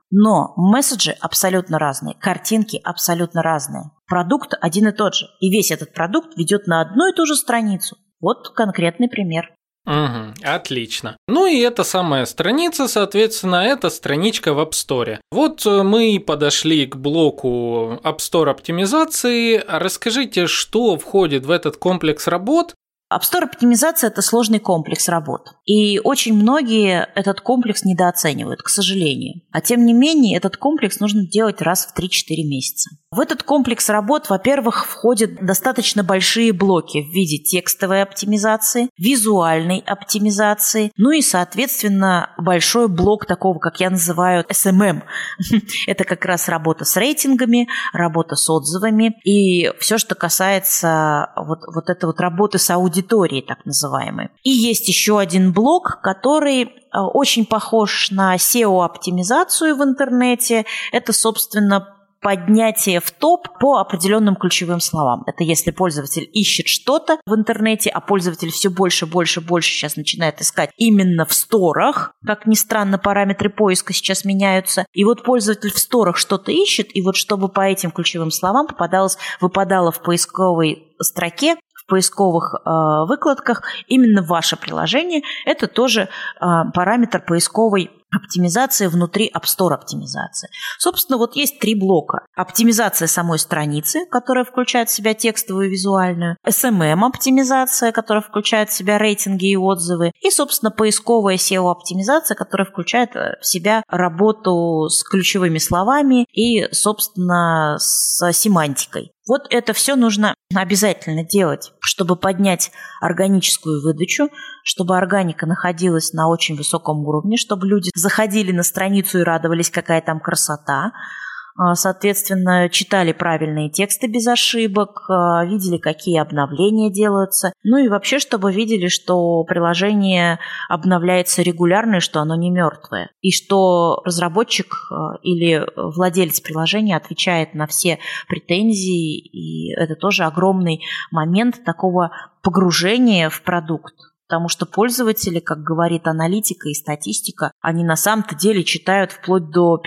Но месседжи абсолютно разные, картинки абсолютно разные. Продукт один и тот же. И весь этот продукт ведет на одну и ту же страницу. Вот конкретный пример. Угу, отлично. Ну и эта самая страница, соответственно, это страничка в App Store. Вот мы и подошли к блоку App Store оптимизации. Расскажите, что входит в этот комплекс работ? App Store оптимизация – это сложный комплекс работ. И очень многие этот комплекс недооценивают, к сожалению. А тем не менее, этот комплекс нужно делать раз в 3-4 месяца. В этот комплекс работ, во-первых, входят достаточно большие блоки в виде текстовой оптимизации, визуальной оптимизации, ну и, соответственно, большой блок такого, как я называю, SMM. Это как раз работа с рейтингами, работа с отзывами и все, что касается вот этой вот работы с аудиторией, так называемой. И есть еще один блок, который очень похож на SEO-оптимизацию в интернете. Это, собственно, поднятие в топ по определенным ключевым словам. Это если пользователь ищет что-то в интернете, а пользователь все больше сейчас начинает искать именно в сторах. Как ни странно, параметры поиска сейчас меняются. И вот пользователь в сторах что-то ищет, и вот чтобы по этим ключевым словам выпадало в поисковой строке, в поисковых выкладках именно ваше приложение. Это тоже параметр поисковой оптимизации внутри App Store оптимизации. Собственно, вот есть 3 блока. Оптимизация самой страницы, которая включает в себя текстовую и визуальную. SMM-оптимизация, которая включает в себя рейтинги и отзывы. И, собственно, поисковая SEO-оптимизация, которая включает в себя работу с ключевыми словами и, собственно, с семантикой. Вот это все нужно обязательно делать, чтобы поднять органическую выдачу, чтобы органика находилась на очень высоком уровне, чтобы люди заходили на страницу и радовались, какая там красота. Соответственно, читали правильные тексты без ошибок, видели, какие обновления делаются. Ну и вообще, чтобы видели, что приложение обновляется регулярно и что оно не мертвое. И что разработчик или владелец приложения отвечает на все претензии. И это тоже огромный момент такого погружения в продукт. Потому что пользователи, как говорит аналитика и статистика, они на самом-то деле читают вплоть до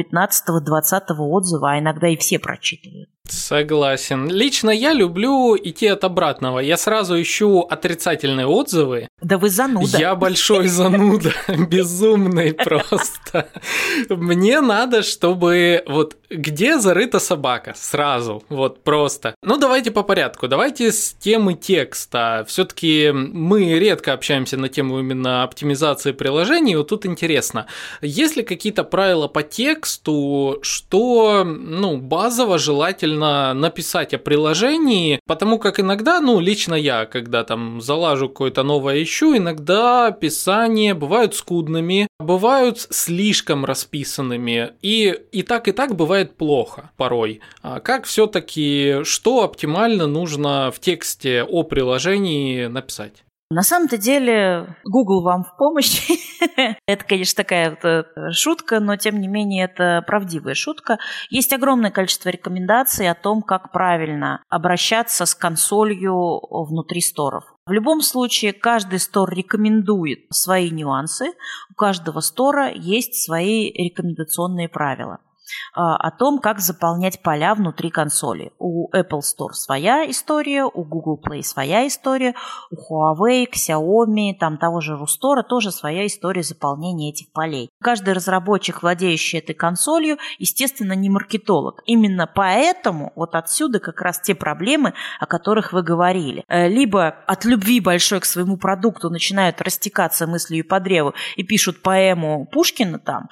15-20 отзыва, а иногда и все прочитывают. Согласен. Лично я люблю идти от обратного. Я сразу ищу отрицательные отзывы. Да вы зануда. Я большой зануда, безумный просто. Мне надо, чтобы вот где зарыта собака сразу, вот просто. Ну давайте по порядку. Давайте с темы текста. Все-таки мы редко общаемся на тему именно оптимизации приложений. Вот тут интересно, есть ли какие-то правила по тексту, что базово желательно написать о приложении, потому как иногда, лично я, когда там залажу какое-то новое ищу, иногда описания бывают скудными, бывают слишком расписанными, и так бывает плохо порой. Как все-таки, что оптимально нужно в тексте о приложении написать? На самом-то деле Google вам в помощь. Это, конечно, такая шутка, но тем не менее это правдивая шутка. Есть огромное количество рекомендаций о том, как правильно обращаться с консолью внутри сторов. В любом случае, каждый стор рекомендует свои нюансы. У каждого стора есть свои рекомендационные правила о том, как заполнять поля внутри консоли. У Apple Store своя история, у Google Play своя история, у Huawei, Xiaomi, того же Рустора тоже своя история заполнения этих полей. Каждый разработчик, владеющий этой консолью, естественно, не маркетолог. Именно поэтому вот отсюда как раз те проблемы, о которых вы говорили. Либо от любви большой к своему продукту начинают растекаться мыслью по древу и пишут поэму Пушкина там,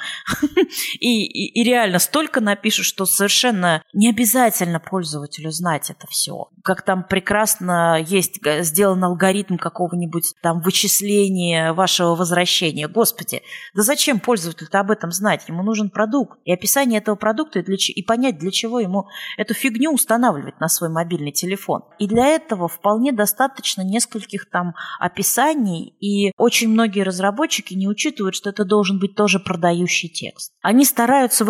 и реально столько напишут, что совершенно не обязательно пользователю знать это все. Как там прекрасно есть сделан алгоритм какого-нибудь там вычисления вашего возвращения. Господи, да зачем пользователю-то об этом знать? Ему нужен продукт и описание этого продукта, и понять, для чего ему эту фигню устанавливать на свой мобильный телефон. И для этого вполне достаточно нескольких там описаний, и очень многие разработчики не учитывают, что это должен быть тоже продающий текст. Они стараются в этот продающий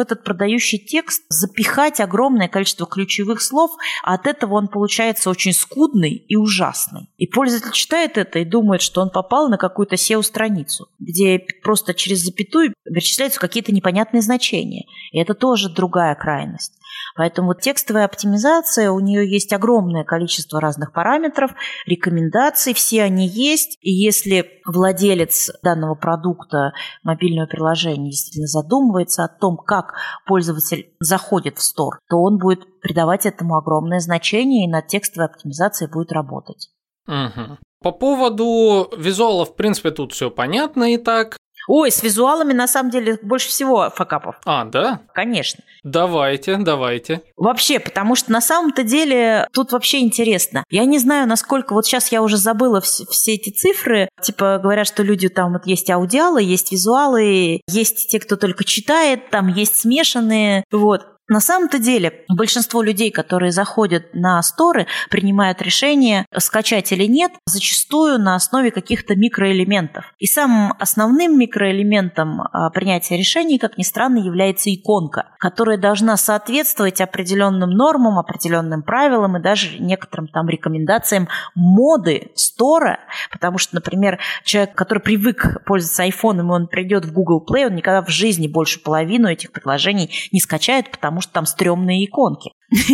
передающий текст запихать огромное количество ключевых слов, а от этого он получается очень скудный и ужасный. И пользователь читает это и думает, что он попал на какую-то SEO-страницу, где просто через запятую перечисляются какие-то непонятные значения. И это тоже другая крайность. Поэтому текстовая оптимизация, у нее есть огромное количество разных параметров, рекомендаций, все они есть. И если владелец данного продукта, мобильного приложения, действительно задумывается о том, как пользователь заходит в стор, то он будет придавать этому огромное значение и над текстовой оптимизацией будет работать. Угу. По поводу визуалов, в принципе, тут все понятно и так. Ой, с визуалами на самом деле больше всего факапов. А, да? Конечно. Давайте. Вообще, потому что на самом-то деле тут вообще интересно. Я не знаю, насколько... Вот сейчас я уже забыла все эти цифры. Типа говорят, что люди там вот есть аудиалы, есть визуалы, есть те, кто только читает, там есть смешанные. Вот. На самом-то деле большинство людей, которые заходят на сторы, принимают решение, скачать или нет, зачастую на основе каких-то микроэлементов. И самым основным микроэлементом принятия решений, как ни странно, является иконка, которая должна соответствовать определенным нормам, определенным правилам и даже некоторым там рекомендациям моды стора, потому что, например, человек, который привык пользоваться айфоном, и он придет в Google Play, он никогда в жизни больше половину этих приложений не скачает, потому что там стрёмные иконки.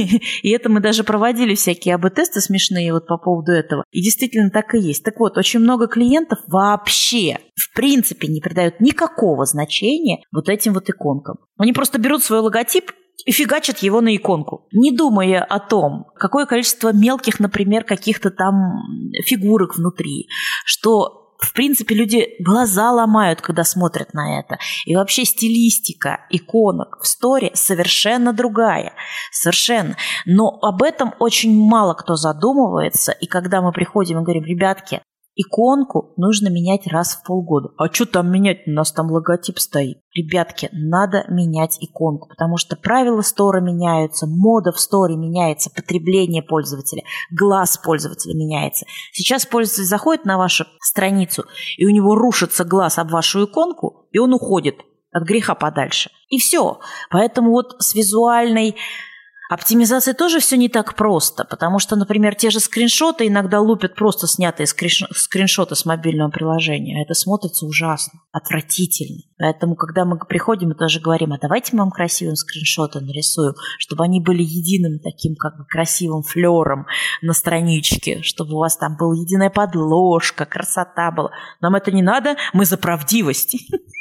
И это мы даже проводили всякие АБ-тесты смешные вот по поводу этого. И действительно так и есть. Так вот, очень много клиентов вообще, в принципе, не придают никакого значения вот этим вот иконкам. Они просто берут свой логотип и фигачат его на иконку, не думая о том, какое количество мелких, например, каких-то там фигурок внутри, что... В принципе, люди глаза ломают, когда смотрят на это. И вообще стилистика иконок в сторе совершенно другая. Совершенно. Но об этом очень мало кто задумывается. И когда мы приходим и говорим, ребятки, иконку нужно менять раз в полгода. А что там менять? У нас там логотип стоит. Ребятки, надо менять иконку, потому что правила стора меняются, мода в сторе меняется, потребление пользователя, глаз пользователя меняется. Сейчас пользователь заходит на вашу страницу, и у него рушится глаз об вашу иконку, и он уходит от греха подальше. И все. Поэтому вот с визуальной оптимизацией тоже все не так просто, потому что, например, те же скриншоты иногда лупят просто снятые скриншоты с мобильного приложения, а это смотрится ужасно, отвратительно. Поэтому, когда мы приходим и тоже говорим, а давайте мы вам красивым скриншоты нарисуем, чтобы они были единым таким как бы красивым флером на страничке, чтобы у вас там была единая подложка, красота была. Нам это не надо, мы за правдивость.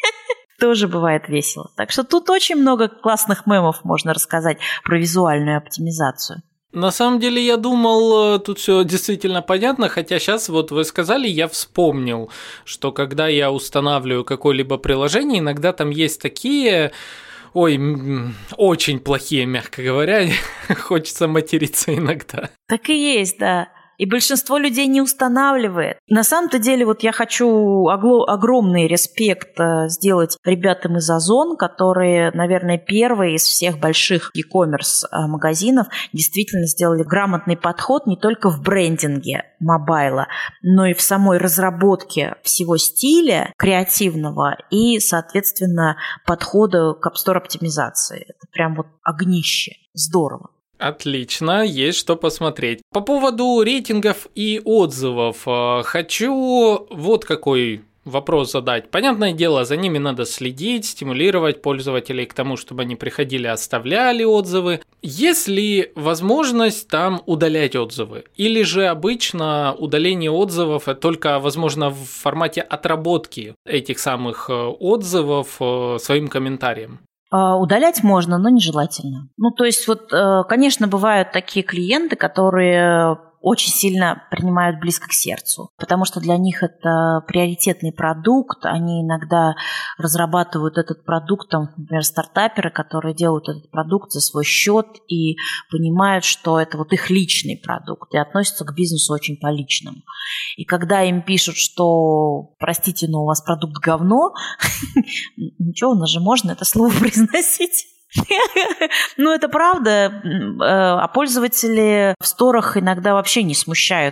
Тоже бывает весело. Так что тут очень много классных мемов можно рассказать про визуальную оптимизацию. На самом деле, я думал, тут все действительно понятно, хотя сейчас вот вы сказали, я вспомнил, что когда я устанавливаю какое-либо приложение, иногда там есть такие... очень плохие, мягко говоря, хочется материться иногда. Так и есть, да. И большинство людей не устанавливает. На самом-то деле, вот я хочу огромный респект сделать ребятам из Озон, которые, наверное, первые из всех больших e-commerce магазинов действительно сделали грамотный подход не только в брендинге мобайла, но и в самой разработке всего стиля креативного и, соответственно, подхода к App Store оптимизации. Это прям вот огнище. Здорово. Отлично, есть что посмотреть. По поводу рейтингов и отзывов хочу вот какой вопрос задать. Понятное дело, за ними надо следить, стимулировать пользователей к тому, чтобы они приходили, оставляли отзывы. Есть ли возможность там удалять отзывы? Или же обычно удаление отзывов только возможно в формате отработки этих самых отзывов своим комментарием? Удалять можно, но нежелательно. Ну, то есть, вот, конечно, бывают такие клиенты, которые очень сильно принимают близко к сердцу, потому что для них это приоритетный продукт, они иногда разрабатывают этот продукт, там, например, стартаперы, которые делают этот продукт за свой счет и понимают, что это вот их личный продукт и относятся к бизнесу очень по-личному. И когда им пишут, что, простите, но у вас продукт говно, ничего, у нас же можно это слово произносить. Ну, это правда, а пользователи в сторах иногда вообще не смущаются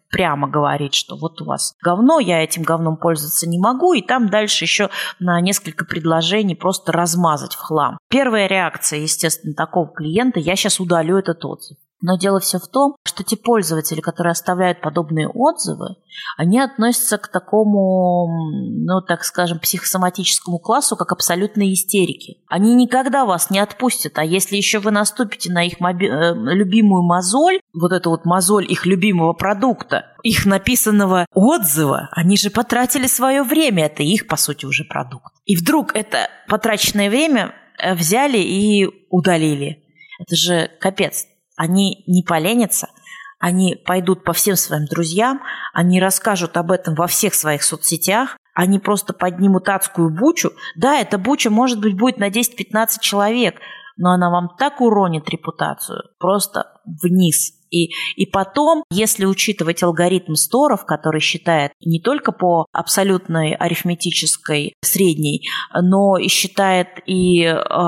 прямо говорить, что вот у вас говно, я этим говном пользоваться не могу, и там дальше еще на несколько предложений просто размазать в хлам. Первая реакция, естественно, такого клиента: я сейчас удалю этот отзыв. Но дело все в том, что те пользователи, которые оставляют подобные отзывы, они относятся к такому, так скажем, психосоматическому классу, как абсолютные истерики. Они никогда вас не отпустят, а если еще вы наступите на их любимую мозоль, вот эту вот мозоль их любимого продукта, их написанного отзыва, они же потратили свое время, это их, по сути, уже продукт. И вдруг это потраченное время взяли и удалили. Это же капец. Они не поленятся, они пойдут по всем своим друзьям, они расскажут об этом во всех своих соцсетях, они просто поднимут адскую бучу. Да, эта буча, может быть, будет на 10-15 человек, но она вам так уронит репутацию, просто вниз. И потом, если учитывать алгоритм сторов, который считает не только по абсолютной арифметической средней, но и считает и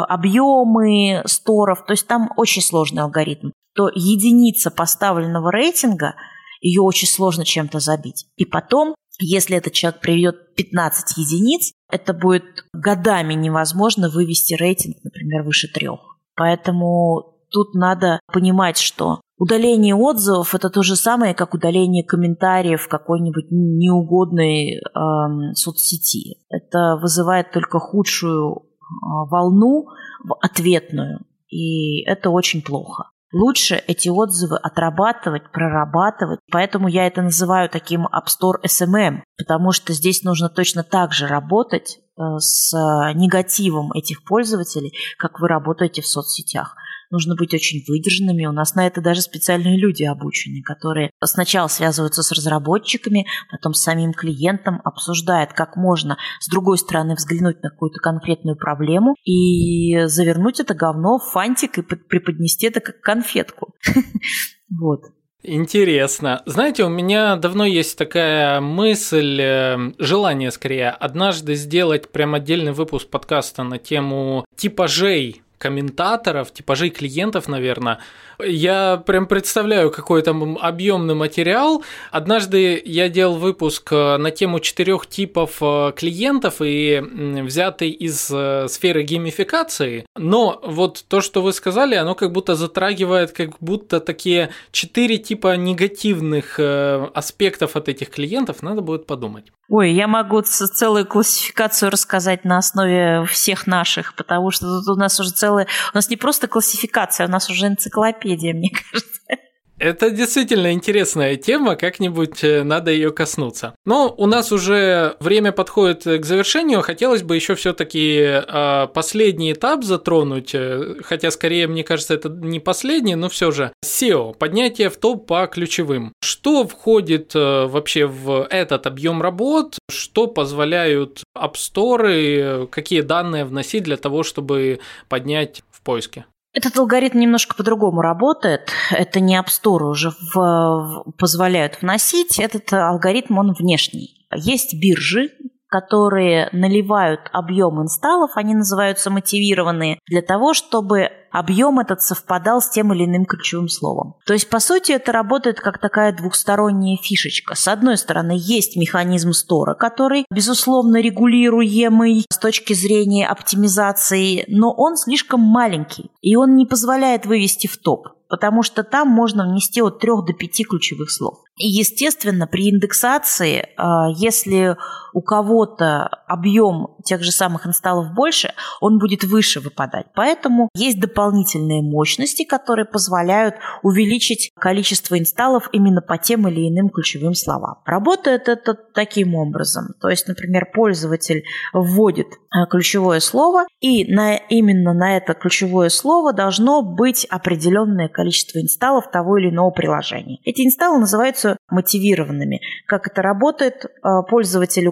объемы сторов, то есть там очень сложный алгоритм, то единица поставленного рейтинга, ее очень сложно чем-то забить. И потом, если этот человек приведет 15 единиц, это будет годами невозможно вывести рейтинг, например, выше 3. Поэтому тут надо понимать, что удаление отзывов – это то же самое, как удаление комментариев в какой-нибудь неугодной соцсети. Это вызывает только худшую волну ответную, и это очень плохо. Лучше эти отзывы отрабатывать, прорабатывать. Поэтому я это называю таким App Store SMM, потому что здесь нужно точно так же работать с негативом этих пользователей, как вы работаете в соцсетях. Нужно быть очень выдержанными. У нас на это даже специальные люди обучены, которые сначала связываются с разработчиками, потом с самим клиентом, обсуждают, как можно с другой стороны взглянуть на какую-то конкретную проблему и завернуть это говно в фантик и преподнести это как конфетку. Вот. Интересно. Знаете, у меня давно есть такая мысль, желание скорее, однажды сделать прям отдельный выпуск подкаста на тему типажей комментаторов, типажей клиентов, наверное. Я прям представляю, какой там объемный материал. Однажды я делал выпуск на тему 4 типов клиентов и взятый из сферы геймификации. Но вот то, что вы сказали, оно как будто затрагивает как будто такие 4 типа негативных аспектов от этих клиентов. Надо будет подумать. Ой, я могу целую классификацию рассказать на основе всех наших, потому что тут у нас уже у нас не просто классификация, у нас уже энциклопедия, мне кажется. Это действительно интересная тема, как-нибудь надо ее коснуться. Но у нас уже время подходит к завершению. Хотелось бы еще все-таки последний этап затронуть, хотя скорее, мне кажется, это не последний, но все же. SEO, поднятие в топ по ключевым. Что входит вообще в этот объем работ? Что позволяют App Store, какие данные вносить для того, чтобы поднять в поиске? Этот алгоритм немножко по-другому работает. Это не App Store уже позволяют вносить. Этот алгоритм, он внешний. Есть биржи, которые наливают объем инсталлов, они называются мотивированные, для того, чтобы объем этот совпадал с тем или иным ключевым словом. То есть, по сути, это работает как такая двухсторонняя фишечка. С одной стороны, есть механизм стора, который, безусловно, регулируемый с точки зрения оптимизации, но он слишком маленький, и он не позволяет вывести в топ, потому что там можно внести от 3 до 5 ключевых слов. И, естественно, при индексации, если у кого-то объем тех же самых инсталлов больше, он будет выше выпадать. Поэтому есть дополнительные мощности, которые позволяют увеличить количество инсталлов именно по тем или иным ключевым словам. Работает это таким образом. То есть, например, пользователь вводит ключевое слово, и именно на это ключевое слово должно быть определенное количество инсталлов того или иного приложения. Эти инсталлы называются мотивированными. Как это работает? Пользователь,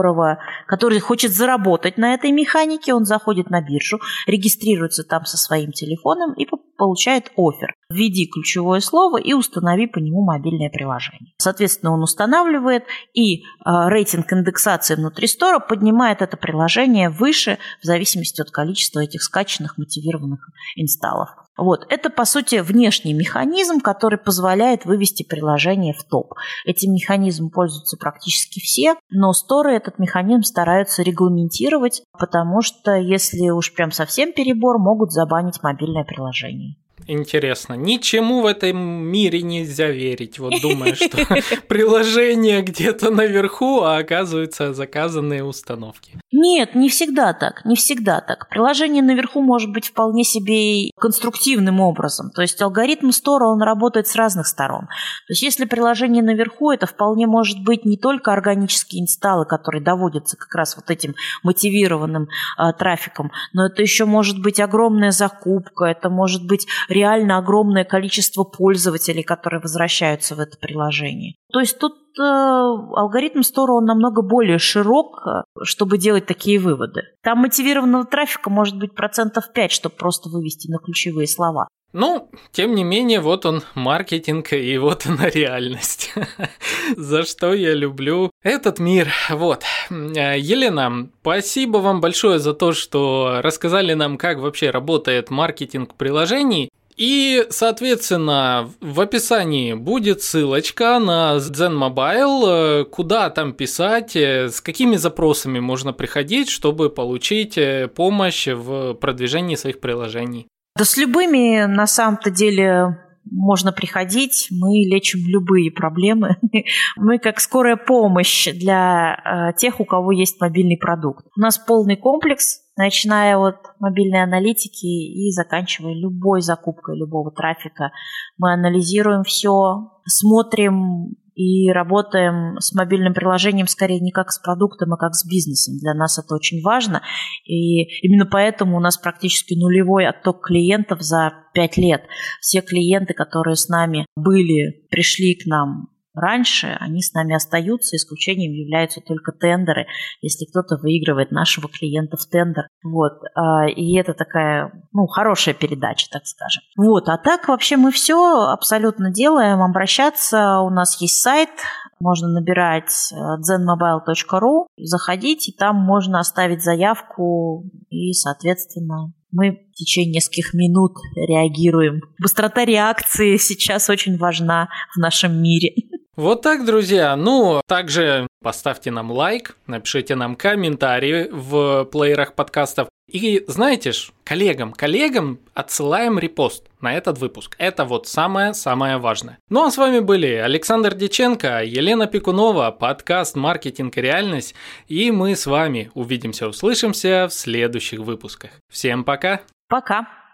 который хочет заработать на этой механике, он заходит на биржу, регистрируется там со своим телефоном и получает оффер. введи ключевое слово и установи по нему мобильное приложение. Соответственно, он устанавливает, и рейтинг индексации внутри стора поднимает это приложение выше в зависимости от количества этих скачанных мотивированных инсталлов. Вот. Это, по сути, внешний механизм, который позволяет вывести приложение в топ. Этим механизмом пользуются практически все, но сторы этот механизм стараются регламентировать, потому что если уж прям совсем перебор, могут забанить мобильное приложение. Интересно. Ничему в этом мире нельзя верить. Вот думаешь, что приложение где-то наверху, а оказывается заказанные установки. Нет, не всегда так. Не всегда так. Приложение наверху может быть вполне себе и конструктивным образом. То есть алгоритм стора, он работает с разных сторон. То есть если приложение наверху, это вполне может быть не только органические инсталлы, которые доводятся как раз вот этим мотивированным трафиком, но это еще может быть огромная закупка, это может быть реально огромное количество пользователей, которые возвращаются в это приложение. То есть тут алгоритм стора, он намного более широк, чтобы делать такие выводы. Там мотивированного трафика может быть 5%, чтобы просто вывести на ключевые слова. Ну, тем не менее, вот он маркетинг, и вот она реальность. За что я люблю этот мир. Вот. Елена, спасибо вам большое за то, что рассказали нам, как вообще работает маркетинг приложений. И, соответственно, в описании будет ссылочка на Zen Mobile, куда там писать, с какими запросами можно приходить, чтобы получить помощь в продвижении своих приложений. Да с любыми, на самом-то деле, можно приходить, мы лечим любые проблемы. Мы как скорая помощь для тех, у кого есть мобильный продукт. У нас полный комплекс, начиная от мобильной аналитики и заканчивая любой закупкой любого трафика. Мы анализируем все, смотрим и работаем с мобильным приложением скорее не как с продуктом, а как с бизнесом. Для нас это очень важно. И именно поэтому у нас практически нулевой отток клиентов за 5 лет. Все клиенты, которые с нами были, пришли к нам раньше, они с нами остаются, исключением являются только тендеры, если кто-то выигрывает нашего клиента в тендер. Вот. И это такая, хорошая передача, так скажем. Вот. А так вообще мы все абсолютно делаем. Обращаться, у нас есть сайт, можно набирать zenmobile.ru, заходить, и там можно оставить заявку, и, соответственно, мы в течение нескольких минут реагируем. Быстрота реакции сейчас очень важна в нашем мире. Вот так, друзья. Также поставьте нам лайк, напишите нам комментарии в плеерах подкастов. И знаете ж, коллегам отсылаем репост на этот выпуск. Это вот самое-самое важное. А с вами были Александр Дьяченко, Елена Пикунова, подкаст «Маркетинг и реальность». И мы с вами увидимся, услышимся в следующих выпусках. Всем пока! Пока!